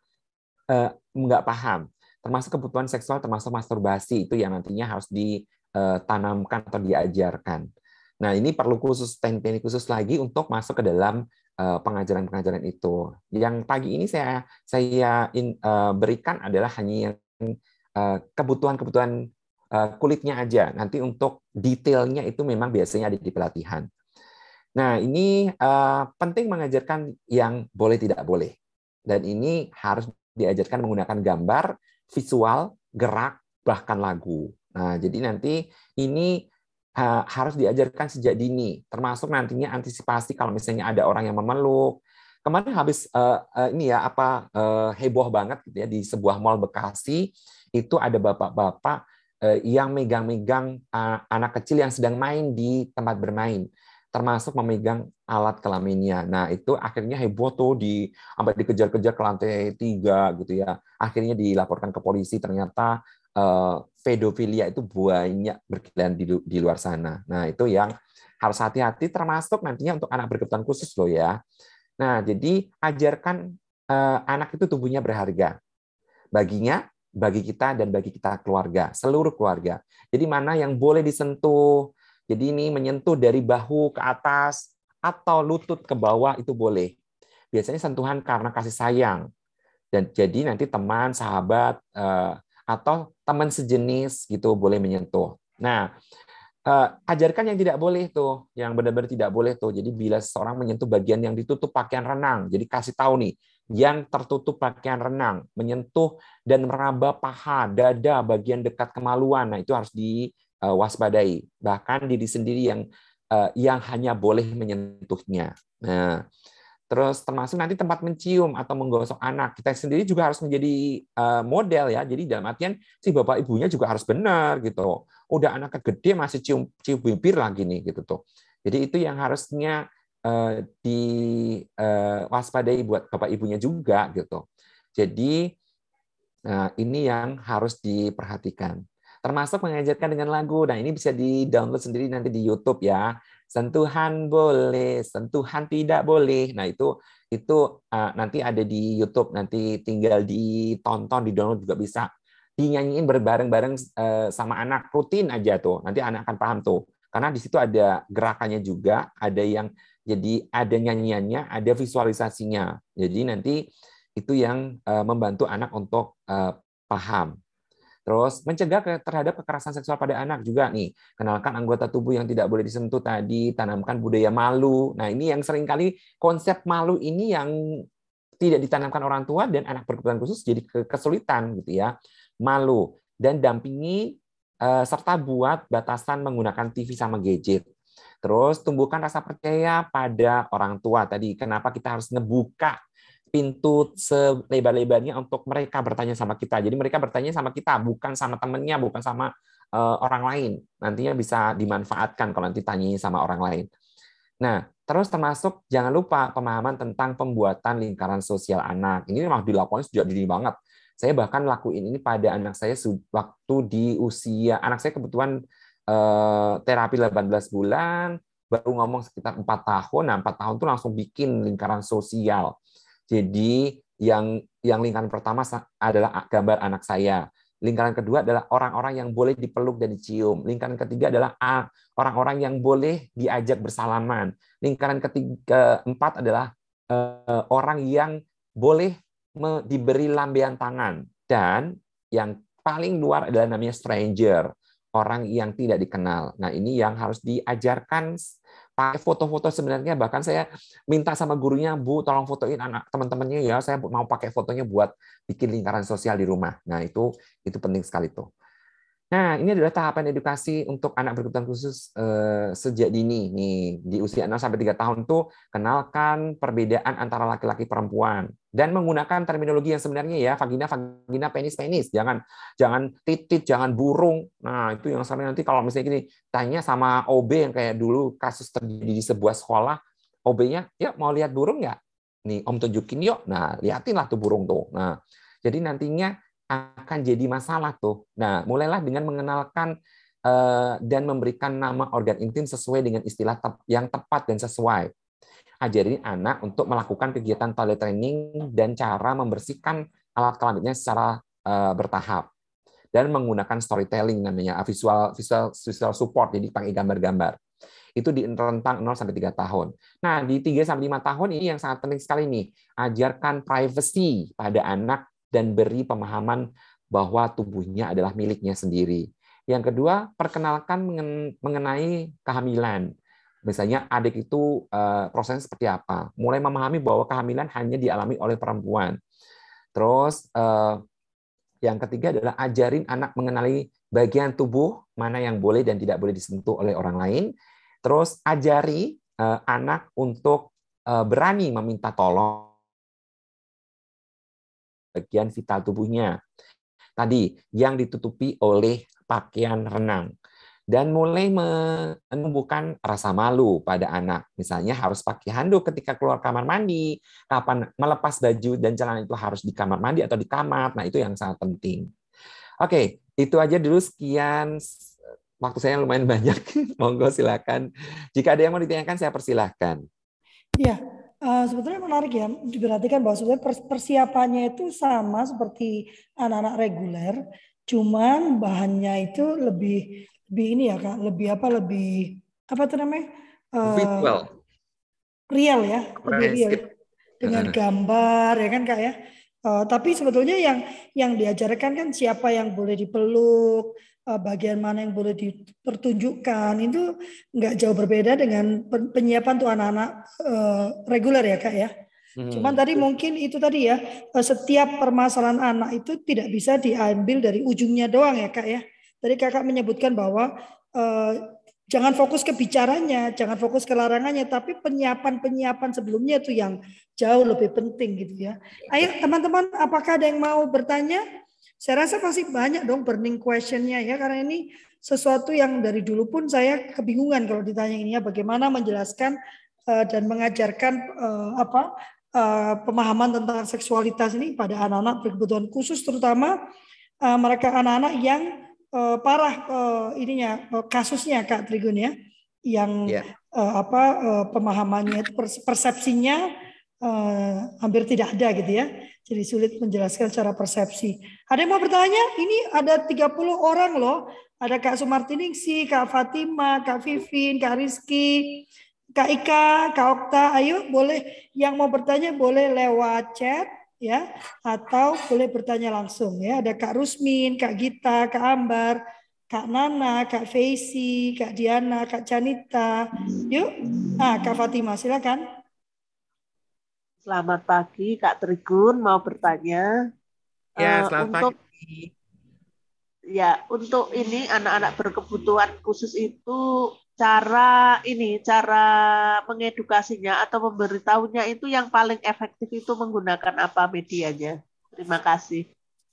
S2: nggak paham. Termasuk kebutuhan seksual, termasuk masturbasi, itu yang nantinya harus ditanamkan atau diajarkan. Nah, ini perlu khusus teknik khusus lagi untuk masuk ke dalam pengajaran-pengajaran itu. Yang pagi ini saya saya berikan adalah hanya yang kebutuhan-kebutuhan kulitnya aja. Nanti untuk detailnya itu memang biasanya ada di pelatihan. Nah, ini penting mengajarkan yang boleh tidak boleh. Dan ini harus diajarkan menggunakan gambar, visual, gerak, bahkan lagu. Nah, jadi nanti ini harus diajarkan sejak dini, termasuk nantinya antisipasi kalau misalnya ada orang yang memeluk. Kemarin habis uh, uh, ini ya apa uh, heboh banget gitu ya di sebuah mall Bekasi, itu ada bapak-bapak uh, yang megang-megang uh, anak kecil yang sedang main di tempat bermain, termasuk memegang alat kelaminnya. Nah, itu akhirnya heboh tuh di sampai dikejar-kejar ke lantai tiga gitu ya. Akhirnya dilaporkan ke polisi, ternyata uh, pedofilia itu banyak berkeliaran di, di luar sana. Nah, itu yang harus hati-hati, termasuk nantinya untuk anak berkebutuhan khusus loh ya. Nah, jadi ajarkan uh, anak itu tubuhnya berharga. Baginya, bagi kita dan bagi kita keluarga, seluruh keluarga. Jadi mana yang boleh disentuh, jadi ini menyentuh dari bahu ke atas atau lutut ke bawah itu boleh. Biasanya sentuhan karena kasih sayang. Dan jadi nanti teman, sahabat, atau teman sejenis gitu boleh menyentuh. Nah, ajarkan yang tidak boleh tuh, yang benar-benar tidak boleh tuh. Jadi bila seseorang menyentuh bagian yang ditutup pakaian renang, jadi kasih tahu nih, yang tertutup pakaian renang, menyentuh dan meraba paha, dada, bagian dekat kemaluan, nah itu harus di waspadai, bahkan diri sendiri yang yang hanya boleh menyentuhnya. Nah, terus termasuk nanti tempat mencium atau menggosok anak, kita sendiri juga harus menjadi model ya. Jadi dalam artian si bapak ibunya juga harus benar gitu. Udah anak gede masih cium cium bibir lagi nih gitu tuh. Jadi itu yang harusnya diwaspadai buat bapak ibunya juga gitu. Jadi ini yang harus diperhatikan. Termasuk mengajarkan dengan lagu. Nah, ini bisa di-download sendiri nanti di YouTube ya. Sentuhan boleh, sentuhan tidak boleh. Nah, itu itu nanti ada di YouTube, nanti tinggal ditonton, di-download juga bisa. Dinyanyiin berbareng-bareng sama anak, rutin aja tuh. Nanti anak akan paham tuh. Karena di situ ada gerakannya juga, ada yang jadi ada nyanyiannya, ada visualisasinya. Jadi nanti itu yang membantu anak untuk paham. Terus mencegah ke, terhadap kekerasan seksual pada anak juga nih. Kenalkan anggota tubuh yang tidak boleh disentuh tadi, tanamkan budaya malu. Nah, ini yang seringkali konsep malu ini yang tidak ditanamkan orang tua dan anak berkebutuhan khusus jadi kesulitan gitu ya. Malu dan dampingi eh, serta buat batasan menggunakan T V sama gadget. Terus tumbuhkan rasa percaya pada orang tua tadi. Kenapa kita harus ngebuka pintu selebar-lebarnya untuk mereka bertanya sama kita. Jadi mereka bertanya sama kita, bukan sama temennya, bukan sama uh, orang lain. Nantinya bisa dimanfaatkan kalau nanti tanya sama orang lain. Nah, terus termasuk jangan lupa pemahaman tentang pembuatan lingkaran sosial anak. Ini memang dilakukan sejak dini banget. Saya bahkan lakuin ini pada anak saya waktu di usia, anak saya kebetulan uh, terapi delapan belas bulan, baru ngomong sekitar empat tahun. Nah, empat tahun tuh langsung bikin lingkaran sosial. Jadi yang yang lingkaran pertama adalah gambar anak saya. Lingkaran kedua adalah orang-orang yang boleh dipeluk dan dicium. Lingkaran ketiga adalah orang-orang yang boleh diajak bersalaman. Lingkaran ketiga keempat adalah uh, orang yang boleh me, diberi lambaian tangan. Dan yang paling luar adalah namanya stranger, orang yang tidak dikenal. Nah, ini yang harus diajarkan pakai foto-foto sebenarnya. Bahkan saya minta sama gurunya, Bu, tolong fotoin anak teman-temannya ya, saya mau pakai fotonya buat bikin lingkaran sosial di rumah. Nah, itu itu penting sekali tuh. Nah, ini adalah tahapan edukasi untuk anak berkebutuhan khusus eh, sejak dini. Nih, di usia enam sampai tiga tahun tuh kenalkan perbedaan antara laki-laki perempuan dan menggunakan terminologi yang sebenarnya ya, vagina, vagina, penis, penis. Jangan jangan titit, jangan burung. Nah, itu yang sampai nanti kalau misalnya gini, tanya sama O B yang kayak dulu kasus terjadi di sebuah sekolah, O B-nya, "Ya, mau lihat burung nggak? Nih, Om tunjukin yuk." Nah, liatin lah tuh burung tuh. Nah, jadi nantinya akan jadi masalah tuh. Nah, mulailah dengan mengenalkan uh, dan memberikan nama organ intim sesuai dengan istilah tep yang tepat dan sesuai. Ajarin anak untuk melakukan kegiatan toilet training dan cara membersihkan alat kelaminnya secara uh, bertahap. Dan menggunakan storytelling namanya, visual visual visual support, jadi pakai gambar-gambar. Itu di rentang nol sampai tiga tahun. Nah, di tiga sampai lima tahun ini yang sangat penting sekali nih. Ajarkan privacy pada anak dan beri pemahaman bahwa tubuhnya adalah miliknya sendiri. Yang kedua, perkenalkan mengenai kehamilan. Misalnya adik itu prosesnya seperti apa. Mulai memahami bahwa kehamilan hanya dialami oleh perempuan. Terus yang ketiga adalah ajarin anak mengenali bagian tubuh mana yang boleh dan tidak boleh disentuh oleh orang lain. Terus ajari anak untuk berani meminta tolong bagian vital tubuhnya. Tadi, yang ditutupi oleh pakaian renang. Dan mulai menumbuhkan rasa malu pada anak. Misalnya harus pakai handuk ketika keluar kamar mandi, kapan melepas baju dan celana itu harus di kamar mandi atau di kamar. Nah, itu yang sangat penting. Oke, itu aja dulu. Sekian. Waktu saya lumayan banyak. Monggo silakan. Jika ada yang mau ditanyakan, saya persilahkan.
S1: Iya. Uh, sebetulnya menarik ya, diperhatikan bahwa sebenarnya persiapannya itu sama seperti anak-anak reguler, cuman bahannya itu lebih lebih ini ya Kak, lebih apa lebih apa itu namanya? Uh,
S2: Virtual.
S1: Real ya, lebih real dengan gambar ya kan Kak ya. Uh, tapi sebetulnya yang yang diajarkan kan siapa yang boleh dipeluk, bagian mana yang boleh dipertunjukkan, itu nggak jauh berbeda dengan penyiapan tuh anak-anak uh, reguler ya Kak ya. Hmm. Cuman tadi mungkin itu tadi ya, setiap permasalahan anak itu tidak bisa diambil dari ujungnya doang ya Kak ya. Tadi Kakak menyebutkan bahwa uh, jangan fokus ke bicaranya, jangan fokus ke larangannya, tapi penyiapan-penyiapan sebelumnya itu yang jauh lebih penting gitu ya. Ayo teman-teman, apakah ada yang mau bertanya? Saya rasa pasti banyak dong burning question-nya ya, karena ini sesuatu yang dari dulu pun saya kebingungan kalau ditanya ini ya, bagaimana menjelaskan uh, dan mengajarkan uh, apa uh, pemahaman tentang seksualitas ini pada anak-anak berkebutuhan khusus, terutama uh, mereka anak-anak yang uh, parah uh, ininya uh, kasusnya Kak Trigun ya, yang yeah. uh, apa uh, pemahamannya itu persepsinya uh, hampir tidak ada gitu ya. Jadi sulit menjelaskan secara persepsi. Ada yang mau bertanya? Ini ada tiga puluh orang loh. Ada Kak Sumartiningsi, Kak Fatima, Kak Vivin, Kak Rizky, Kak Ika, Kak Okta. Ayo boleh yang mau bertanya boleh lewat chat ya, atau boleh bertanya langsung ya. Ada Kak Rusmin, Kak Gita, Kak Ambar, Kak Nana, Kak Feisi, Kak Diana, Kak Canita. Yuk, ah Kak Fatima silakan.
S3: Selamat pagi, Kak Trigun mau bertanya.
S2: Ya,
S3: Uh,
S2: selamat
S3: untuk
S2: pagi.
S3: ya, untuk ini anak-anak berkebutuhan khusus itu cara ini, cara mengedukasinya atau memberitahunya itu yang paling efektif itu menggunakan apa medianya? Terima kasih.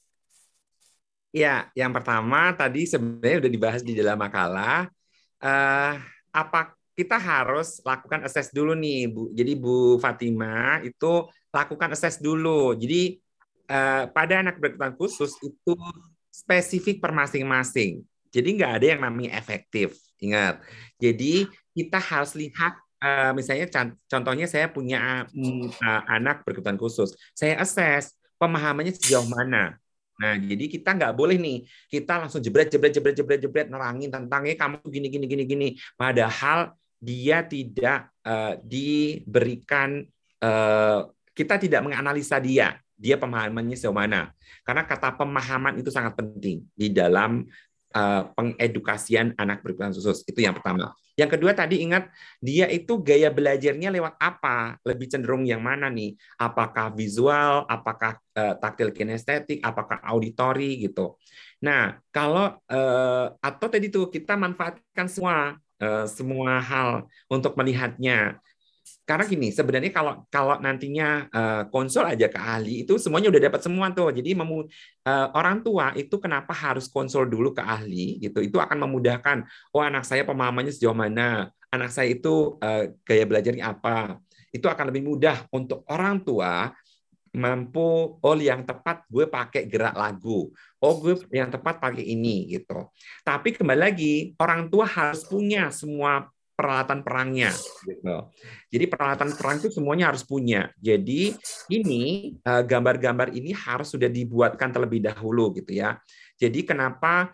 S2: Ya, yang pertama tadi sebenarnya udah dibahas di dalam makalah. Uh, apa kita harus lakukan assess dulu nih, Bu. Jadi Bu Fatima itu lakukan assess dulu. Jadi uh, pada anak berkebutuhan khusus itu spesifik per masing-masing. Jadi nggak ada yang namanya efektif. Ingat. Jadi kita harus lihat, uh, misalnya contohnya saya punya uh, anak berkebutuhan khusus. Saya assess pemahamannya sejauh mana. Nah, jadi kita nggak boleh nih, kita langsung jebret, jebret, jebret, jebret, jebret, nerangin tentangnya kamu gini, gini, gini, gini. Padahal dia tidak uh, diberikan, uh, kita tidak menganalisa dia, dia pemahamannya sejauh mana. Karena kata pemahaman itu sangat penting di dalam uh, pengedukasian anak berkebutuhan khusus. Itu yang pertama. Yang kedua tadi ingat, dia itu gaya belajarnya lewat apa? Lebih cenderung yang mana nih? Apakah visual, apakah uh, taktil kinestetik, apakah auditori gitu. Nah, kalau uh, atau tadi tuh kita manfaatkan semua uh, semua hal untuk melihatnya. Karena gini, sebenarnya kalau kalau nantinya uh, konsul aja ke ahli itu semuanya udah dapat semua tuh. Jadi memu, uh, orang tua itu kenapa harus konsul dulu ke ahli gitu? Itu akan memudahkan. Oh, anak saya pemahamannya sejauh mana? Anak saya itu uh, gaya belajarnya apa? Itu akan lebih mudah untuk orang tua mampu. Oh, yang tepat gue pakai gerak lagu. Oh, gue yang tepat pakai ini gitu. Tapi kembali lagi, orang tua harus punya semua peralatan perangnya gitu. Jadi peralatan perang itu semuanya harus punya. Jadi ini gambar-gambar ini harus sudah dibuatkan terlebih dahulu gitu ya. Jadi kenapa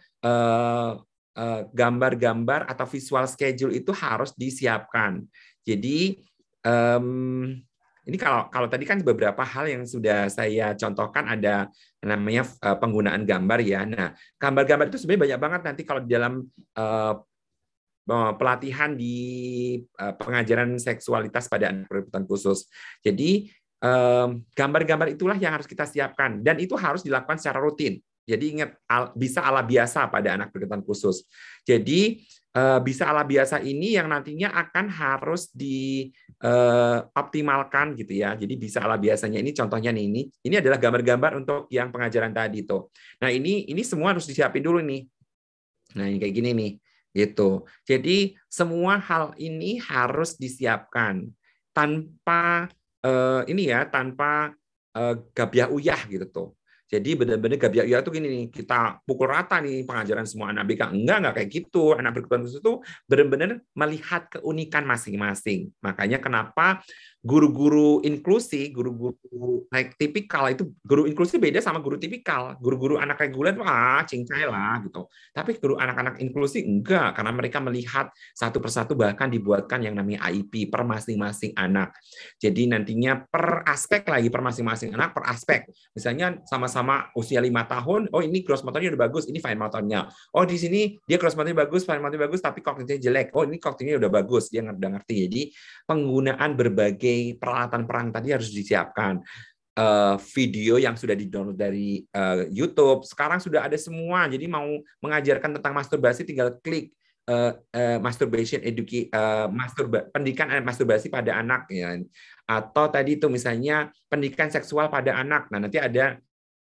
S2: gambar-gambar atau visual schedule itu harus disiapkan. Jadi um, ini kalau kalau tadi kan beberapa hal yang sudah saya contohkan, ada namanya penggunaan gambar ya. Nah, gambar-gambar itu sebenarnya banyak banget nanti kalau di dalam uh, pelatihan di pengajaran seksualitas pada anak berkebutuhan khusus. Jadi gambar-gambar itulah yang harus kita siapkan dan itu harus dilakukan secara rutin. Jadi ingat, bisa ala biasa pada anak berkebutuhan khusus. Jadi bisa ala biasa ini yang nantinya akan harus dioptimalkan gitu ya. Jadi bisa ala biasanya ini contohnya nih, ini ini adalah gambar-gambar untuk yang pengajaran tadi tuh. Nah, ini ini semua harus disiapin dulu nih. Nah, ini kayak gini nih. Gitu. Jadi semua hal ini harus disiapkan tanpa eh, ini ya, tanpa eh, gabiah uyah gitu tuh. Jadi benar-benar gabiah uyah itu gini nih, kita pukul rata nih pengajaran semua anak B K. Enggak, enggak kayak gitu. Anak berkebutuhan khusus itu benar-benar melihat keunikan masing-masing. Makanya kenapa guru-guru inklusi, guru-guru like, tipikal itu, guru inklusi beda sama guru tipikal. Guru-guru anak reguler itu ah cincai lah gitu. Tapi guru anak-anak inklusi enggak, karena mereka melihat satu persatu, bahkan dibuatkan yang namanya A I P per masing-masing anak. Jadi nantinya per aspek lagi, per masing-masing anak per aspek. Misalnya sama-sama usia lima tahun, oh ini gross motornya udah bagus, ini fine motornya. Oh di sini dia gross motornya bagus, fine motornya bagus, tapi kognitifnya jelek. Oh ini kognitifnya udah bagus, dia udah ngerti. Jadi penggunaan berbagai peralatan perang tadi harus disiapkan. Uh, video yang sudah di-download dari uh, YouTube. Sekarang sudah ada semua. Jadi mau mengajarkan tentang masturbasi tinggal klik uh, uh, masturbation educate uh, masturba, pendidikan masturbasi pada anak ya. Atau tadi itu misalnya pendidikan seksual pada anak. Nah, nanti ada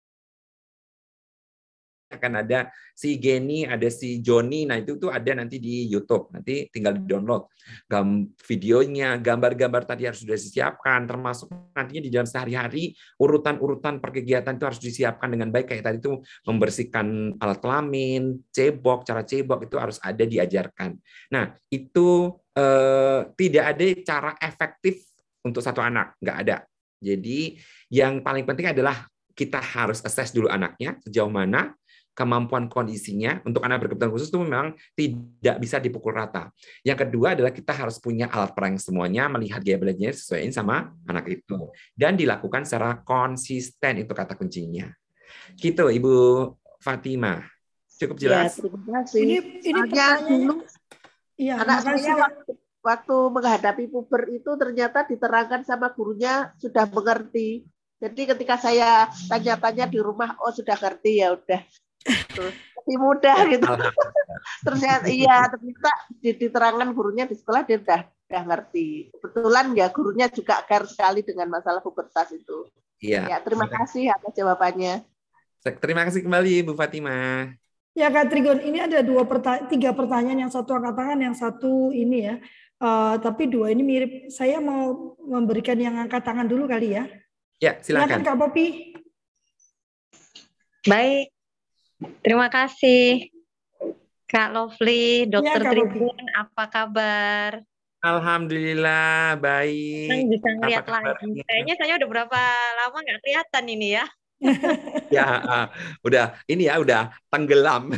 S2: akan ada si Geni, ada si Joni, nah itu tuh ada nanti di YouTube, nanti tinggal di-download videonya, gambar-gambar tadi harus sudah disiapkan, termasuk nantinya di dalam sehari-hari urutan-urutan perkegiatan itu harus disiapkan dengan baik, kayak tadi itu membersihkan alat kelamin, cebok, cara cebok itu harus ada diajarkan. Nah itu eh, tidak ada cara efektif untuk satu anak, nggak ada. Jadi yang paling penting adalah kita harus assess dulu anaknya sejauh mana. kemampuan kondisinya untuk anak berkebutuhan khusus itu memang tidak bisa dipukul rata. Yang kedua adalah kita harus punya alat perang semuanya, melihat gaya belajarnya sesuaiin sama anak itu. Dan dilakukan secara konsisten, itu kata kuncinya. Gitu, Ibu Fatimah. Cukup jelas?
S3: Ya, terima kasih.
S1: Ini ini
S3: Soalnya
S1: pertanyaannya.
S3: dulu
S1: Iya,
S3: anak
S1: makasih,
S3: saya
S1: Kak.
S3: waktu, waktu menghadapi puber itu ternyata diterangkan sama gurunya sudah mengerti. Jadi ketika saya tanya-tanya di rumah, oh sudah ngerti, ya udah. Terus lebih mudah gitu. Ternyata iya, ternyata diterangkan gurunya di sekolah dia udah udah ngerti. Kebetulan ya gurunya juga care sekali dengan masalah pubertas itu.
S2: Iya.
S3: Ya, terima kasih atas jawabannya.
S2: Terima kasih kembali Bu Fatimah.
S1: Ya Kak Trigon, ini ada dua pertanyaan, tiga pertanyaan, yang satu angkat tangan, yang satu ini ya. Uh, tapi dua ini mirip. Saya mau memberikan yang angkat tangan dulu kali ya.
S2: Ya, silakan.
S1: Silakan Kak Popi.
S4: Baik, terima kasih Kak Lovely, Dokter
S1: Ya, Kak Popi.
S4: Trigun, apa kabar?
S2: Alhamdulillah baik.
S4: Senang bisa ngeliat lagi. Kayaknya saya udah berapa lama nggak kelihatan ini ya.
S2: Ya, uh, udah ini ya udah tenggelam.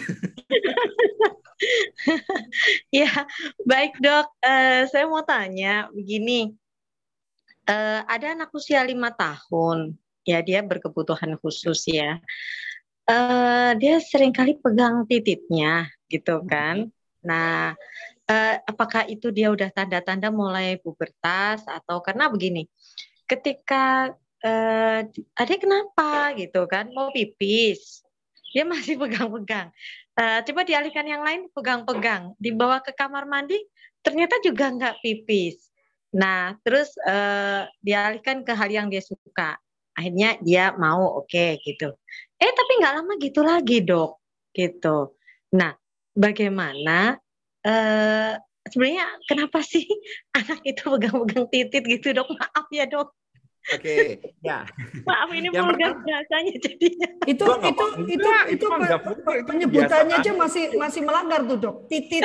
S4: Ya, baik Dok. Uh, saya mau tanya begini. Uh, ada anak usia lima tahun, ya dia berkebutuhan khusus ya. Uh, dia seringkali pegang titiknya, gitu kan. Nah, uh, apakah itu dia udah tanda-tanda mulai pubertas atau karena begini? Ketika uh, adik kenapa gitu kan, mau pipis, dia masih pegang-pegang. Uh, coba dialihkan yang lain, pegang-pegang. Dibawa ke kamar mandi, ternyata juga nggak pipis. Nah, terus uh, dialihkan ke hal yang dia suka. Akhirnya dia mau, oke okay, gitu. Eh, tapi nggak lama gitu lagi, Dok. Gitu. Nah, bagaimana uh, sebenarnya kenapa sih anak itu pegang-pegang titit gitu, Dok? Maaf ya, Dok.
S2: Oke, okay, ya.
S4: Maaf ini vulgar bahasanya jadinya.
S1: Itu itu itu itu, itu, itu penyebutannya aja masih masih melanggar tuh, Dok. Titit.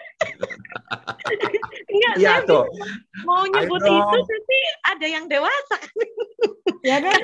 S4: Enggak,
S2: ya,
S4: saya tuh. Mau nyebut Ayo, itu tapi ada yang dewasa.
S1: Ya kan?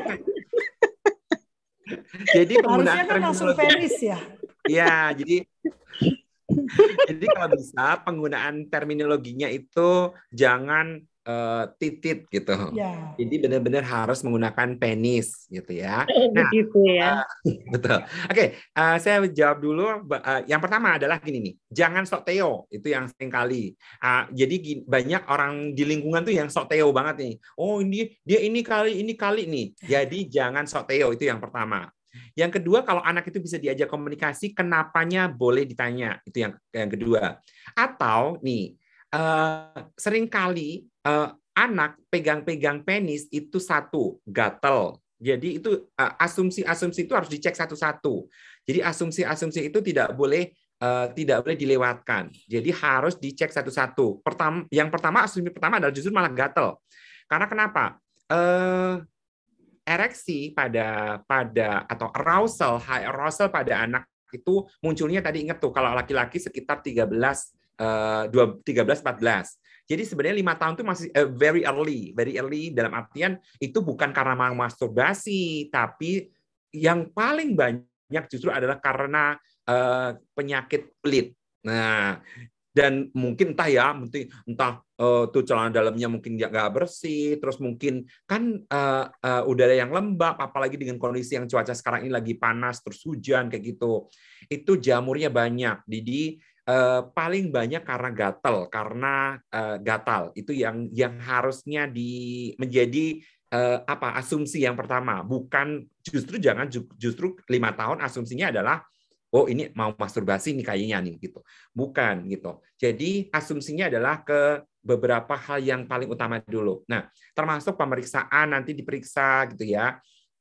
S2: Jadi penggunaan
S1: harusnya kan langsung penis ya.
S2: Iya, jadi jadi kalau bisa penggunaan terminologinya itu jangan uh, titit gitu. Ya. Jadi benar-benar harus menggunakan penis gitu ya. Nah,
S4: gitu ya.
S2: Uh, betul. Oke, okay, uh, saya jawab dulu. Uh, yang pertama adalah gini nih, jangan sok teo, itu yang sering kali. Uh, jadi gini, banyak orang di lingkungan tuh yang sok teo banget nih. Oh ini dia ini kali ini kali nih. Jadi jangan sok teo, itu yang pertama. Yang kedua, kalau anak itu bisa diajak komunikasi, kenapanya boleh ditanya, itu yang yang kedua. Atau nih, uh, seringkali uh, anak pegang-pegang penis itu satu, gatel. Jadi itu uh, asumsi-asumsi itu harus dicek satu-satu. Jadi asumsi-asumsi itu tidak boleh uh, tidak boleh dilewatkan. Jadi harus dicek satu-satu. Pertama, yang pertama asumsi pertama adalah justru malah gatel. Karena kenapa? Uh, ereksi pada pada atau arousal, high arousal pada anak itu munculnya tadi ingat tuh kalau laki-laki sekitar tiga belas tiga belas empat belas. Jadi sebenarnya lima tahun itu masih uh, very early, very early dalam artian itu bukan karena mau masturbasi, tapi yang paling banyak justru adalah karena uh, penyakit kulit. Nah, dan mungkin entah ya, entah uh, tuh celana dalamnya mungkin nggak bersih, terus mungkin kan uh, uh, udara yang lembab, apalagi dengan kondisi yang cuaca sekarang ini lagi panas, terus hujan kayak gitu, itu jamurnya banyak. Jadi uh, paling banyak karena gatal, karena uh, gatal itu yang yang harusnya di menjadi uh, apa asumsi yang pertama, bukan justru jangan justru lima tahun asumsinya adalah oh ini mau masturbasi nih kayaknya nih gitu. Bukan gitu. Jadi asumsinya adalah ke beberapa hal yang paling utama dulu. Nah, termasuk pemeriksaan nanti diperiksa gitu ya.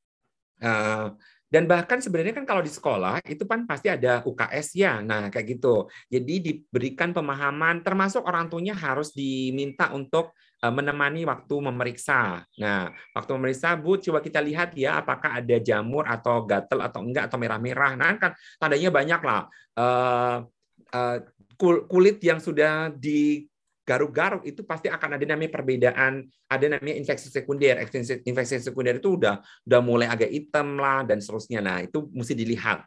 S2: Dan bahkan sebenarnya kan kalau di sekolah itu kan pasti ada U K S ya. Nah, kayak gitu. Jadi diberikan pemahaman termasuk orang tuanya harus diminta untuk menemani waktu memeriksa. Nah, waktu memeriksa, Bu, coba kita lihat ya, apakah ada jamur atau gatel atau enggak atau merah-merah. Nah, kan tandanya banyak lah. Uh, uh, kulit yang sudah digaruk-garuk itu pasti akan ada namanya perbedaan, ada namanya infeksi sekunder. Infeksi sekunder itu udah udah mulai agak hitam lah dan seterusnya. Nah, itu mesti dilihat.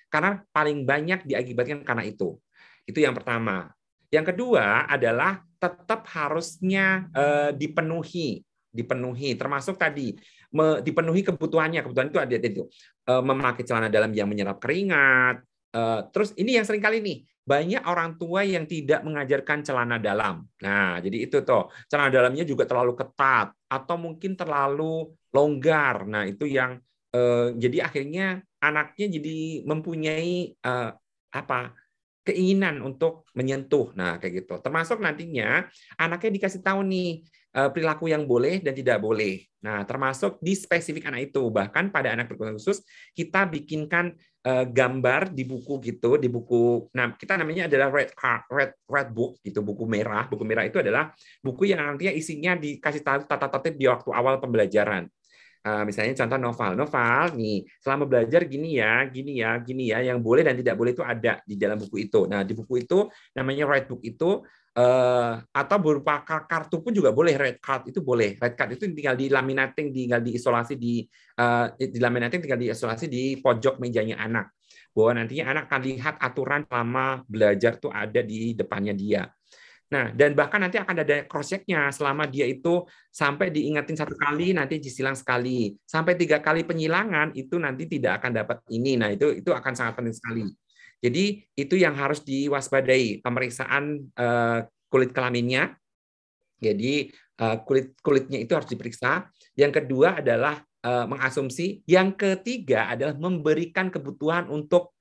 S2: Karena paling banyak diakibatkan karena itu. Itu yang pertama. Yang kedua adalah tetap harusnya eh, dipenuhi, dipenuhi, termasuk tadi me, dipenuhi kebutuhannya. Kebutuhan itu ada itu eh, memakai celana dalam yang menyerap keringat. Eh, terus ini yang sering kali nih. Banyak orang tua yang tidak mengajarkan celana dalam. Nah, jadi itu tuh, celana dalamnya juga terlalu ketat atau mungkin terlalu longgar. Nah, itu yang eh, jadi akhirnya anaknya jadi mempunyai eh, apa? keinginan untuk menyentuh. Nah, kayak gitu. Termasuk nantinya anaknya dikasih tahu nih eh, perilaku yang boleh dan tidak boleh. Nah, termasuk di spesifik anak itu. Bahkan pada anak berkebutuhan khusus kita bikinkan eh, gambar di buku gitu, di buku. Nah, kita namanya adalah red card, red red book gitu, buku merah. Buku merah itu adalah buku yang nantinya isinya dikasih tahu tata tertib di waktu awal pembelajaran. Uh, misalnya contoh novel, novel nih selama belajar gini ya, gini ya, gini ya, yang boleh dan tidak boleh itu ada di dalam buku itu. Nah di buku itu namanya red book itu uh, atau berupa kartu pun juga boleh, red card itu boleh. Red card itu tinggal di laminating, tinggal diisolasi di uh, di laminating, tinggal diisolasi di pojok mejanya anak. Bahwa nantinya anak akan lihat aturan selama belajar tuh ada di depannya dia. Nah, dan bahkan nanti akan ada cross-check-nya selama dia itu sampai diingatin satu kali, nanti disilang sekali. Sampai tiga kali penyilangan, itu nanti tidak akan dapat ini. Nah, itu itu akan sangat penting sekali. Jadi, itu yang harus diwaspadai, pemeriksaan uh, kulit kelaminnya. Jadi, uh, kulit kulitnya itu harus diperiksa. Yang kedua adalah uh, mengasumsi. Yang ketiga adalah memberikan kebutuhan untuk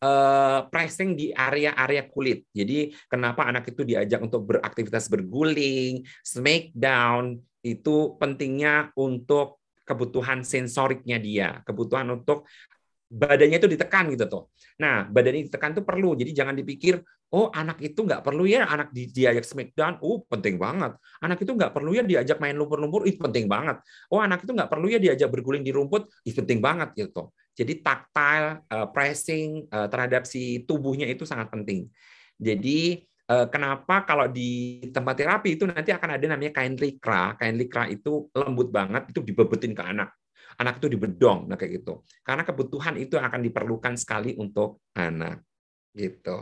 S2: Uh, pressing di area-area kulit. Jadi kenapa anak itu diajak untuk beraktivitas berguling, smackdown, itu pentingnya untuk kebutuhan sensoriknya dia, kebutuhan untuk badannya itu ditekan gitu tuh. Nah, badannya ditekan itu perlu. Jadi jangan dipikir, oh anak itu nggak perlu ya anak di, diajak smackdown, oh penting banget. Anak itu nggak perlu ya diajak main lumpur-lumpur, itu penting banget. Oh anak itu nggak perlu ya diajak berguling di rumput, itu penting banget gitu. Jadi tactile, uh, pressing uh, terhadap si tubuhnya itu sangat penting. Jadi uh, kenapa kalau di tempat terapi itu nanti akan ada namanya kain likra. Kain likra itu lembut banget, itu dibebetin ke anak. Anak itu dibedong, nah kayak gitu. Karena kebutuhan itu akan diperlukan sekali untuk anak, gitu.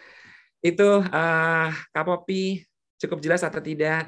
S2: Itu uh, Kak Popi cukup jelas atau tidak?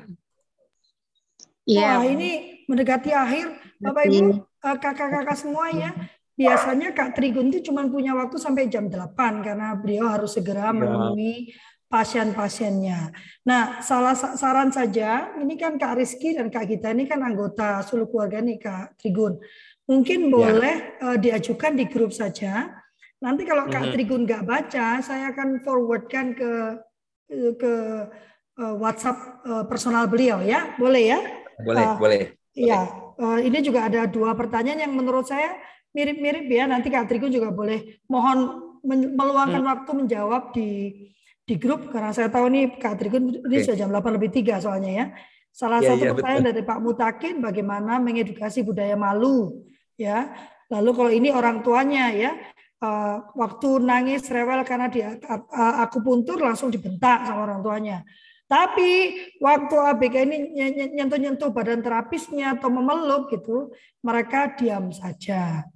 S1: Wah, ini mendekati akhir, Bapak Ibu, kakak-kakak semua ya. Biasanya Kak Trigun itu cuma punya waktu sampai jam delapan karena beliau harus segera menemui pasien-pasiennya. Nah, salah saran saja, ini kan Kak Rizky dan Kak Gita ini kan anggota Suluh Keluarga nih Kak Trigun. Mungkin boleh ya. uh, diajukan di grup saja. Nanti kalau Kak mm-hmm. Trigun nggak baca, saya akan forwardkan ke ke uh, WhatsApp uh, personal beliau ya, boleh ya?
S2: Boleh, uh, boleh.
S1: Ya, uh, ini juga ada dua pertanyaan yang menurut saya mirip-mirip ya. Nanti Kak Trigun juga boleh mohon meluangkan hmm. waktu menjawab di di grup karena saya tahu nih Kak Trigun ini okay. sudah jam delapan lebih tiga soalnya ya. Salah ya, satu ya, pertanyaan betul. Dari Pak Mutakin bagaimana mengedukasi budaya malu ya. Lalu kalau ini orang tuanya ya uh, waktu nangis rewel karena dia uh, akupuntur langsung dibentak sama orang tuanya. Tapi waktu A B K ini nyentuh-nyentuh badan terapisnya atau memeluk gitu, mereka diam saja.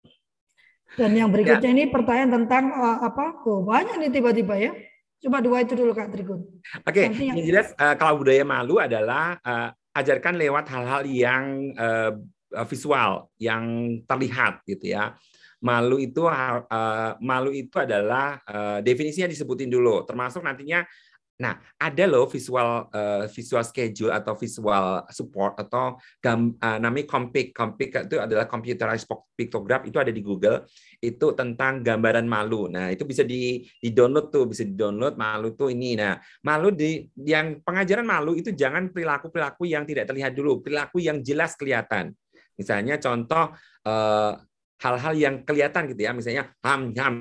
S1: Dan yang berikutnya ya. Ini pertanyaan tentang uh, apa? Oh, banyak nih tiba-tiba ya. Coba dua itu dulu Kak Trigun.
S2: Oke, okay. Yang jelas uh, kalau budaya malu adalah uh, ajarkan lewat hal-hal yang uh, visual, yang terlihat gitu ya. Malu itu uh, malu itu adalah uh, definisinya disebutin dulu, termasuk nantinya. Nah, ada loh visual uh, visual schedule atau visual support atau gam, uh, namanya Compic. Compic itu adalah computerized pictograph, itu ada di Google. Itu tentang gambaran malu. Nah, itu bisa di di-download tuh, bisa di-download malu tuh ini. Nah, malu di yang pengajaran malu itu jangan perilaku-perilaku yang tidak terlihat dulu, perilaku yang jelas kelihatan. Misalnya contoh uh, hal-hal yang kelihatan gitu ya, misalnya ham ham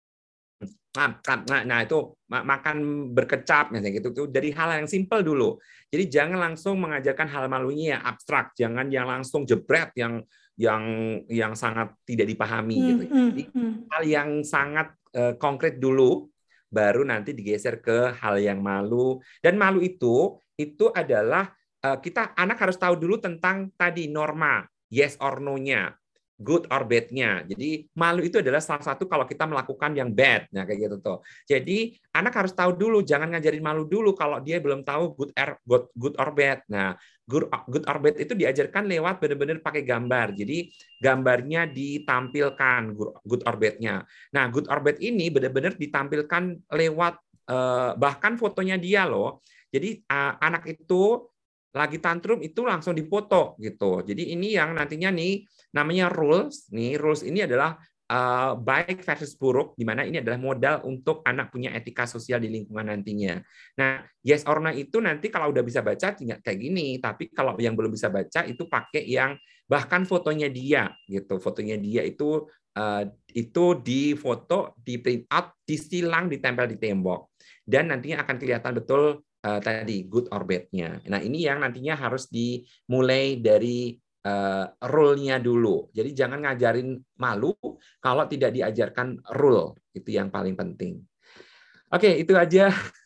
S2: Nah, nah itu makan berkecap misalnya gitu tuh dari hal yang simpel dulu. Jadi jangan langsung mengajarkan hal malunya yang abstrak, jangan yang langsung jebret yang yang yang sangat tidak dipahami hmm, gitu. Jadi hmm, hal yang sangat uh, konkret dulu baru nanti digeser ke hal yang malu. Dan malu itu itu adalah uh, kita anak harus tahu dulu tentang tadi norma yes or no-nya. good or bad-nya. Jadi malu itu adalah salah satu kalau kita melakukan yang bad, nah kayak gitu tuh. Jadi anak harus tahu dulu, jangan ngajarin malu dulu kalau dia belum tahu good or good, good or bad. Nah, good, good or bad itu diajarkan lewat benar-benar pakai gambar. Jadi gambarnya ditampilkan good or bad-nya. Nah, good or bad ini benar-benar ditampilkan lewat eh, bahkan fotonya dia loh. Jadi eh, anak itu lagi tantrum itu langsung dipoto gitu. Jadi ini yang nantinya nih namanya rules. Nih rules ini adalah uh, baik versus buruk, di mana ini adalah modal untuk anak punya etika sosial di lingkungan nantinya. Nah, yes or no itu nanti kalau udah bisa baca tinggal kayak gini, tapi kalau yang belum bisa baca itu pakai yang bahkan fotonya dia gitu. Fotonya dia itu uh, itu di foto, di print out, disilang, ditempel di tembok. Dan nantinya akan kelihatan betul Uh, tadi good or bad-nya. Nah, ini yang nantinya harus dimulai dari uh, rule-nya dulu. Jadi jangan ngajarin malu kalau tidak diajarkan rule. Itu yang paling penting. Oke, itu aja.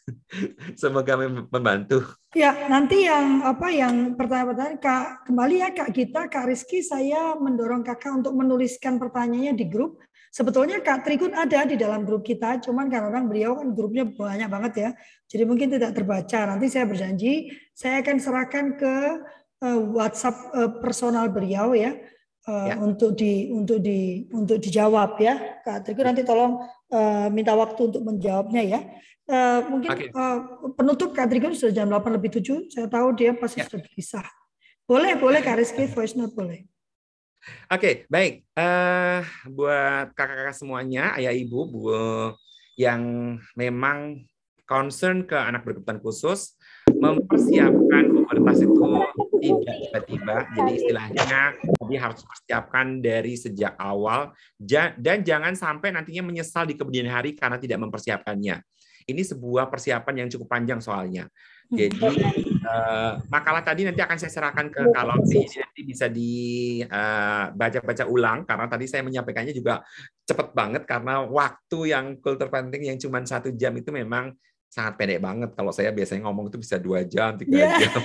S2: Semoga membantu.
S1: Ya, nanti yang apa yang pertanyaan-pertanyaan Kak, kembali ya Kak Gita, Kak Rizky, saya mendorong Kakak untuk menuliskan pertanyaannya di grup. Sebetulnya Kak Trigun ada di dalam grup kita, cuman karena beliau kan grupnya banyak banget ya, jadi mungkin tidak terbaca. Nanti saya berjanji, saya akan serahkan ke uh, WhatsApp uh, personal beliau ya, uh, ya, untuk di untuk di untuk dijawab ya, Kak Trigun. Nanti tolong uh, minta waktu untuk menjawabnya ya. Uh, mungkin okay. uh, penutup Kak Trigun sudah jam delapan lebih tujuh. Saya tahu dia pasti ya. Sudah gelisah. Boleh, boleh Kak Rizky, voice note boleh.
S2: Oke, okay, baik. Uh, buat kakak-kakak semuanya, ayah ibu, bu, yang memang concern ke anak berkebutuhan khusus, mempersiapkan pubertas itu tidak tiba-tiba. Jadi istilahnya tadi harus persiapkan dari sejak awal, dan jangan sampai nantinya menyesal di kemudian hari karena tidak mempersiapkannya. Ini sebuah persiapan yang cukup panjang soalnya. Jadi uh, makalah tadi nanti akan saya serahkan ke Kak Lovely, nanti bisa dibaca-baca uh, ulang karena tadi saya menyampaikannya juga cepat banget karena waktu yang kultur parenting yang cuma satu jam itu memang sangat pendek banget. Kalau saya biasanya ngomong itu bisa dua jam, tiga yeah. jam.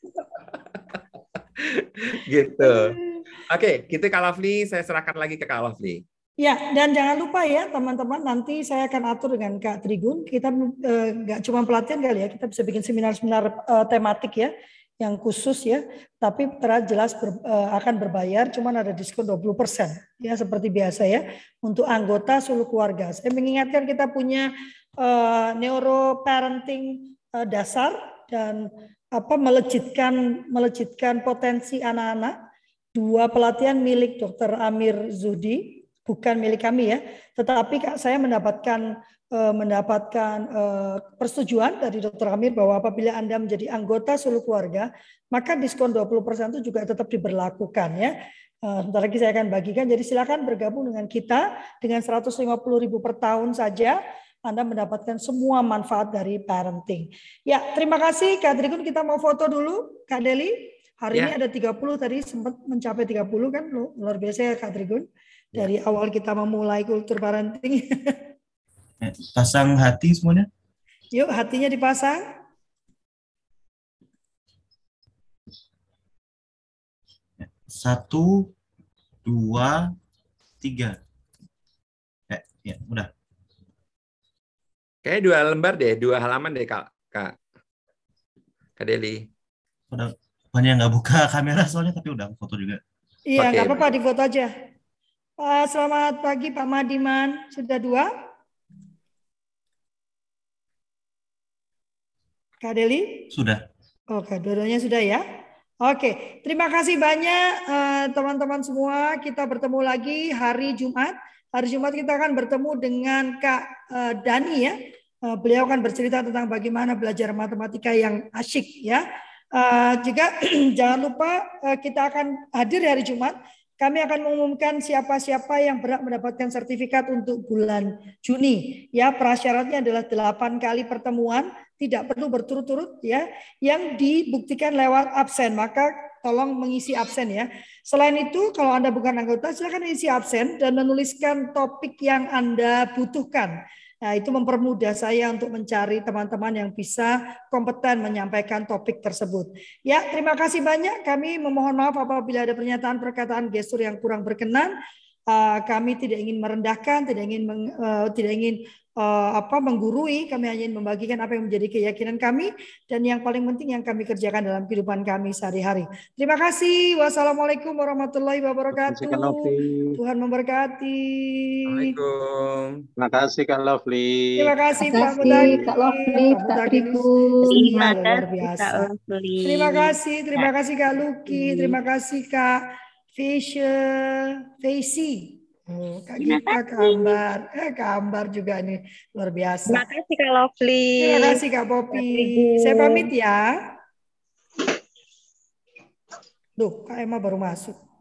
S2: Gitu. Oke, okay, gitu Kak Lovely, saya serahkan lagi ke Kak Lovely.
S1: Ya, dan jangan lupa ya teman-teman, nanti saya akan atur dengan Kak Trigun. Kita nggak eh, cuma pelatihan kali ya, kita bisa bikin seminar-seminar eh, tematik ya, yang khusus ya. Tapi jelas ber, eh, akan berbayar, cuman ada diskon dua puluh persen ya seperti biasa ya untuk anggota seluruh keluarga. Saya mengingatkan kita punya eh, neuroparenting eh, dasar dan apa melejitkan melejitkan potensi anak-anak. Dua pelatihan milik Dokter Amir Zuhdi. Bukan milik kami ya, tetapi saya mendapatkan eh, mendapatkan eh, persetujuan dari Dokter Amir bahwa apabila Anda menjadi anggota seluruh keluarga, maka diskon dua puluh persen itu juga tetap diberlakukan ya. Eh, sebentar lagi saya akan bagikan, jadi silakan bergabung dengan kita dengan seratus lima puluh ribu per tahun saja. Anda mendapatkan semua manfaat dari parenting. Ya, terima kasih Kak Trigun, kita mau foto dulu Kak Deli. Hari ya. Ini ada tiga puluh, tadi sempat mencapai tiga puluh kan, luar biasa ya Kak Trigun. Dari awal kita memulai kultur parenting.
S5: Pasang hati semuanya.
S1: Yuk, hatinya dipasang.
S5: Satu, dua, tiga. Ya, ya udah.
S2: Kayaknya dua lembar deh, dua halaman deh Kak. Kak, Kak Deli.
S5: Udah, banyak nggak buka kamera soalnya, tapi udah foto juga.
S1: Iya, nggak apa-apa, difoto aja. Uh, selamat pagi Pak Madiman, sudah dua? Kak Deli?
S5: Sudah.
S1: Oke, dua-duanya sudah ya. Oke, terima kasih banyak teman-teman uh, semua. Kita bertemu lagi hari Jumat. Hari Jumat kita akan bertemu dengan Kak uh, Dani ya. Uh, beliau akan bercerita tentang bagaimana belajar matematika yang asyik ya. Uh, juga jangan lupa uh, kita akan hadir hari Jumat. Kami akan mengumumkan siapa-siapa yang berhak mendapatkan sertifikat untuk bulan Juni. Ya, prasyaratnya adalah delapan kali pertemuan, tidak perlu berturut-turut ya, yang dibuktikan lewat absen. Maka tolong mengisi absen ya. Selain itu, kalau Anda bukan anggota, silakan isi absen dan menuliskan topik yang Anda butuhkan. Nah, itu mempermudah saya untuk mencari teman-teman yang bisa kompeten menyampaikan topik tersebut. Ya, terima kasih banyak. Kami memohon maaf apabila ada pernyataan perkataan gestur yang kurang berkenan. Uh, kami tidak ingin merendahkan, tidak ingin meng, uh, tidak ingin uh, apa menggurui. Kami hanya ingin membagikan apa yang menjadi keyakinan kami dan yang paling penting yang kami kerjakan dalam kehidupan kami sehari-hari. Terima kasih. Wassalamualaikum warahmatullahi wabarakatuh. Tuhan memberkati.
S2: Assalamualaikum.
S6: Terima kasih Kak Lovely.
S1: Terima kasih
S7: Terima
S1: Pak
S7: kasih
S1: Mutaki.
S7: Kak Lovely,
S1: Pak
S7: Kak
S1: Mutaki ini
S7: Tribu.
S4: Terima
S1: setia, luar
S4: kasih Kak
S1: biasa.
S4: Lovely.
S1: Terima kasih, terima
S4: Ya.
S1: kasih Kak Luki, terima kasih Kak Facial, Facy. Oh, Kak
S4: Terima
S1: Gita,
S4: kasih.
S1: Kambar, eh Kambar juga nih luar biasa.
S4: Terima kasih Kak Lovely.
S1: Terima kasih Kak Popi.
S4: Kak Tribu.
S1: Saya pamit ya. Duh, Kak Emma baru masuk.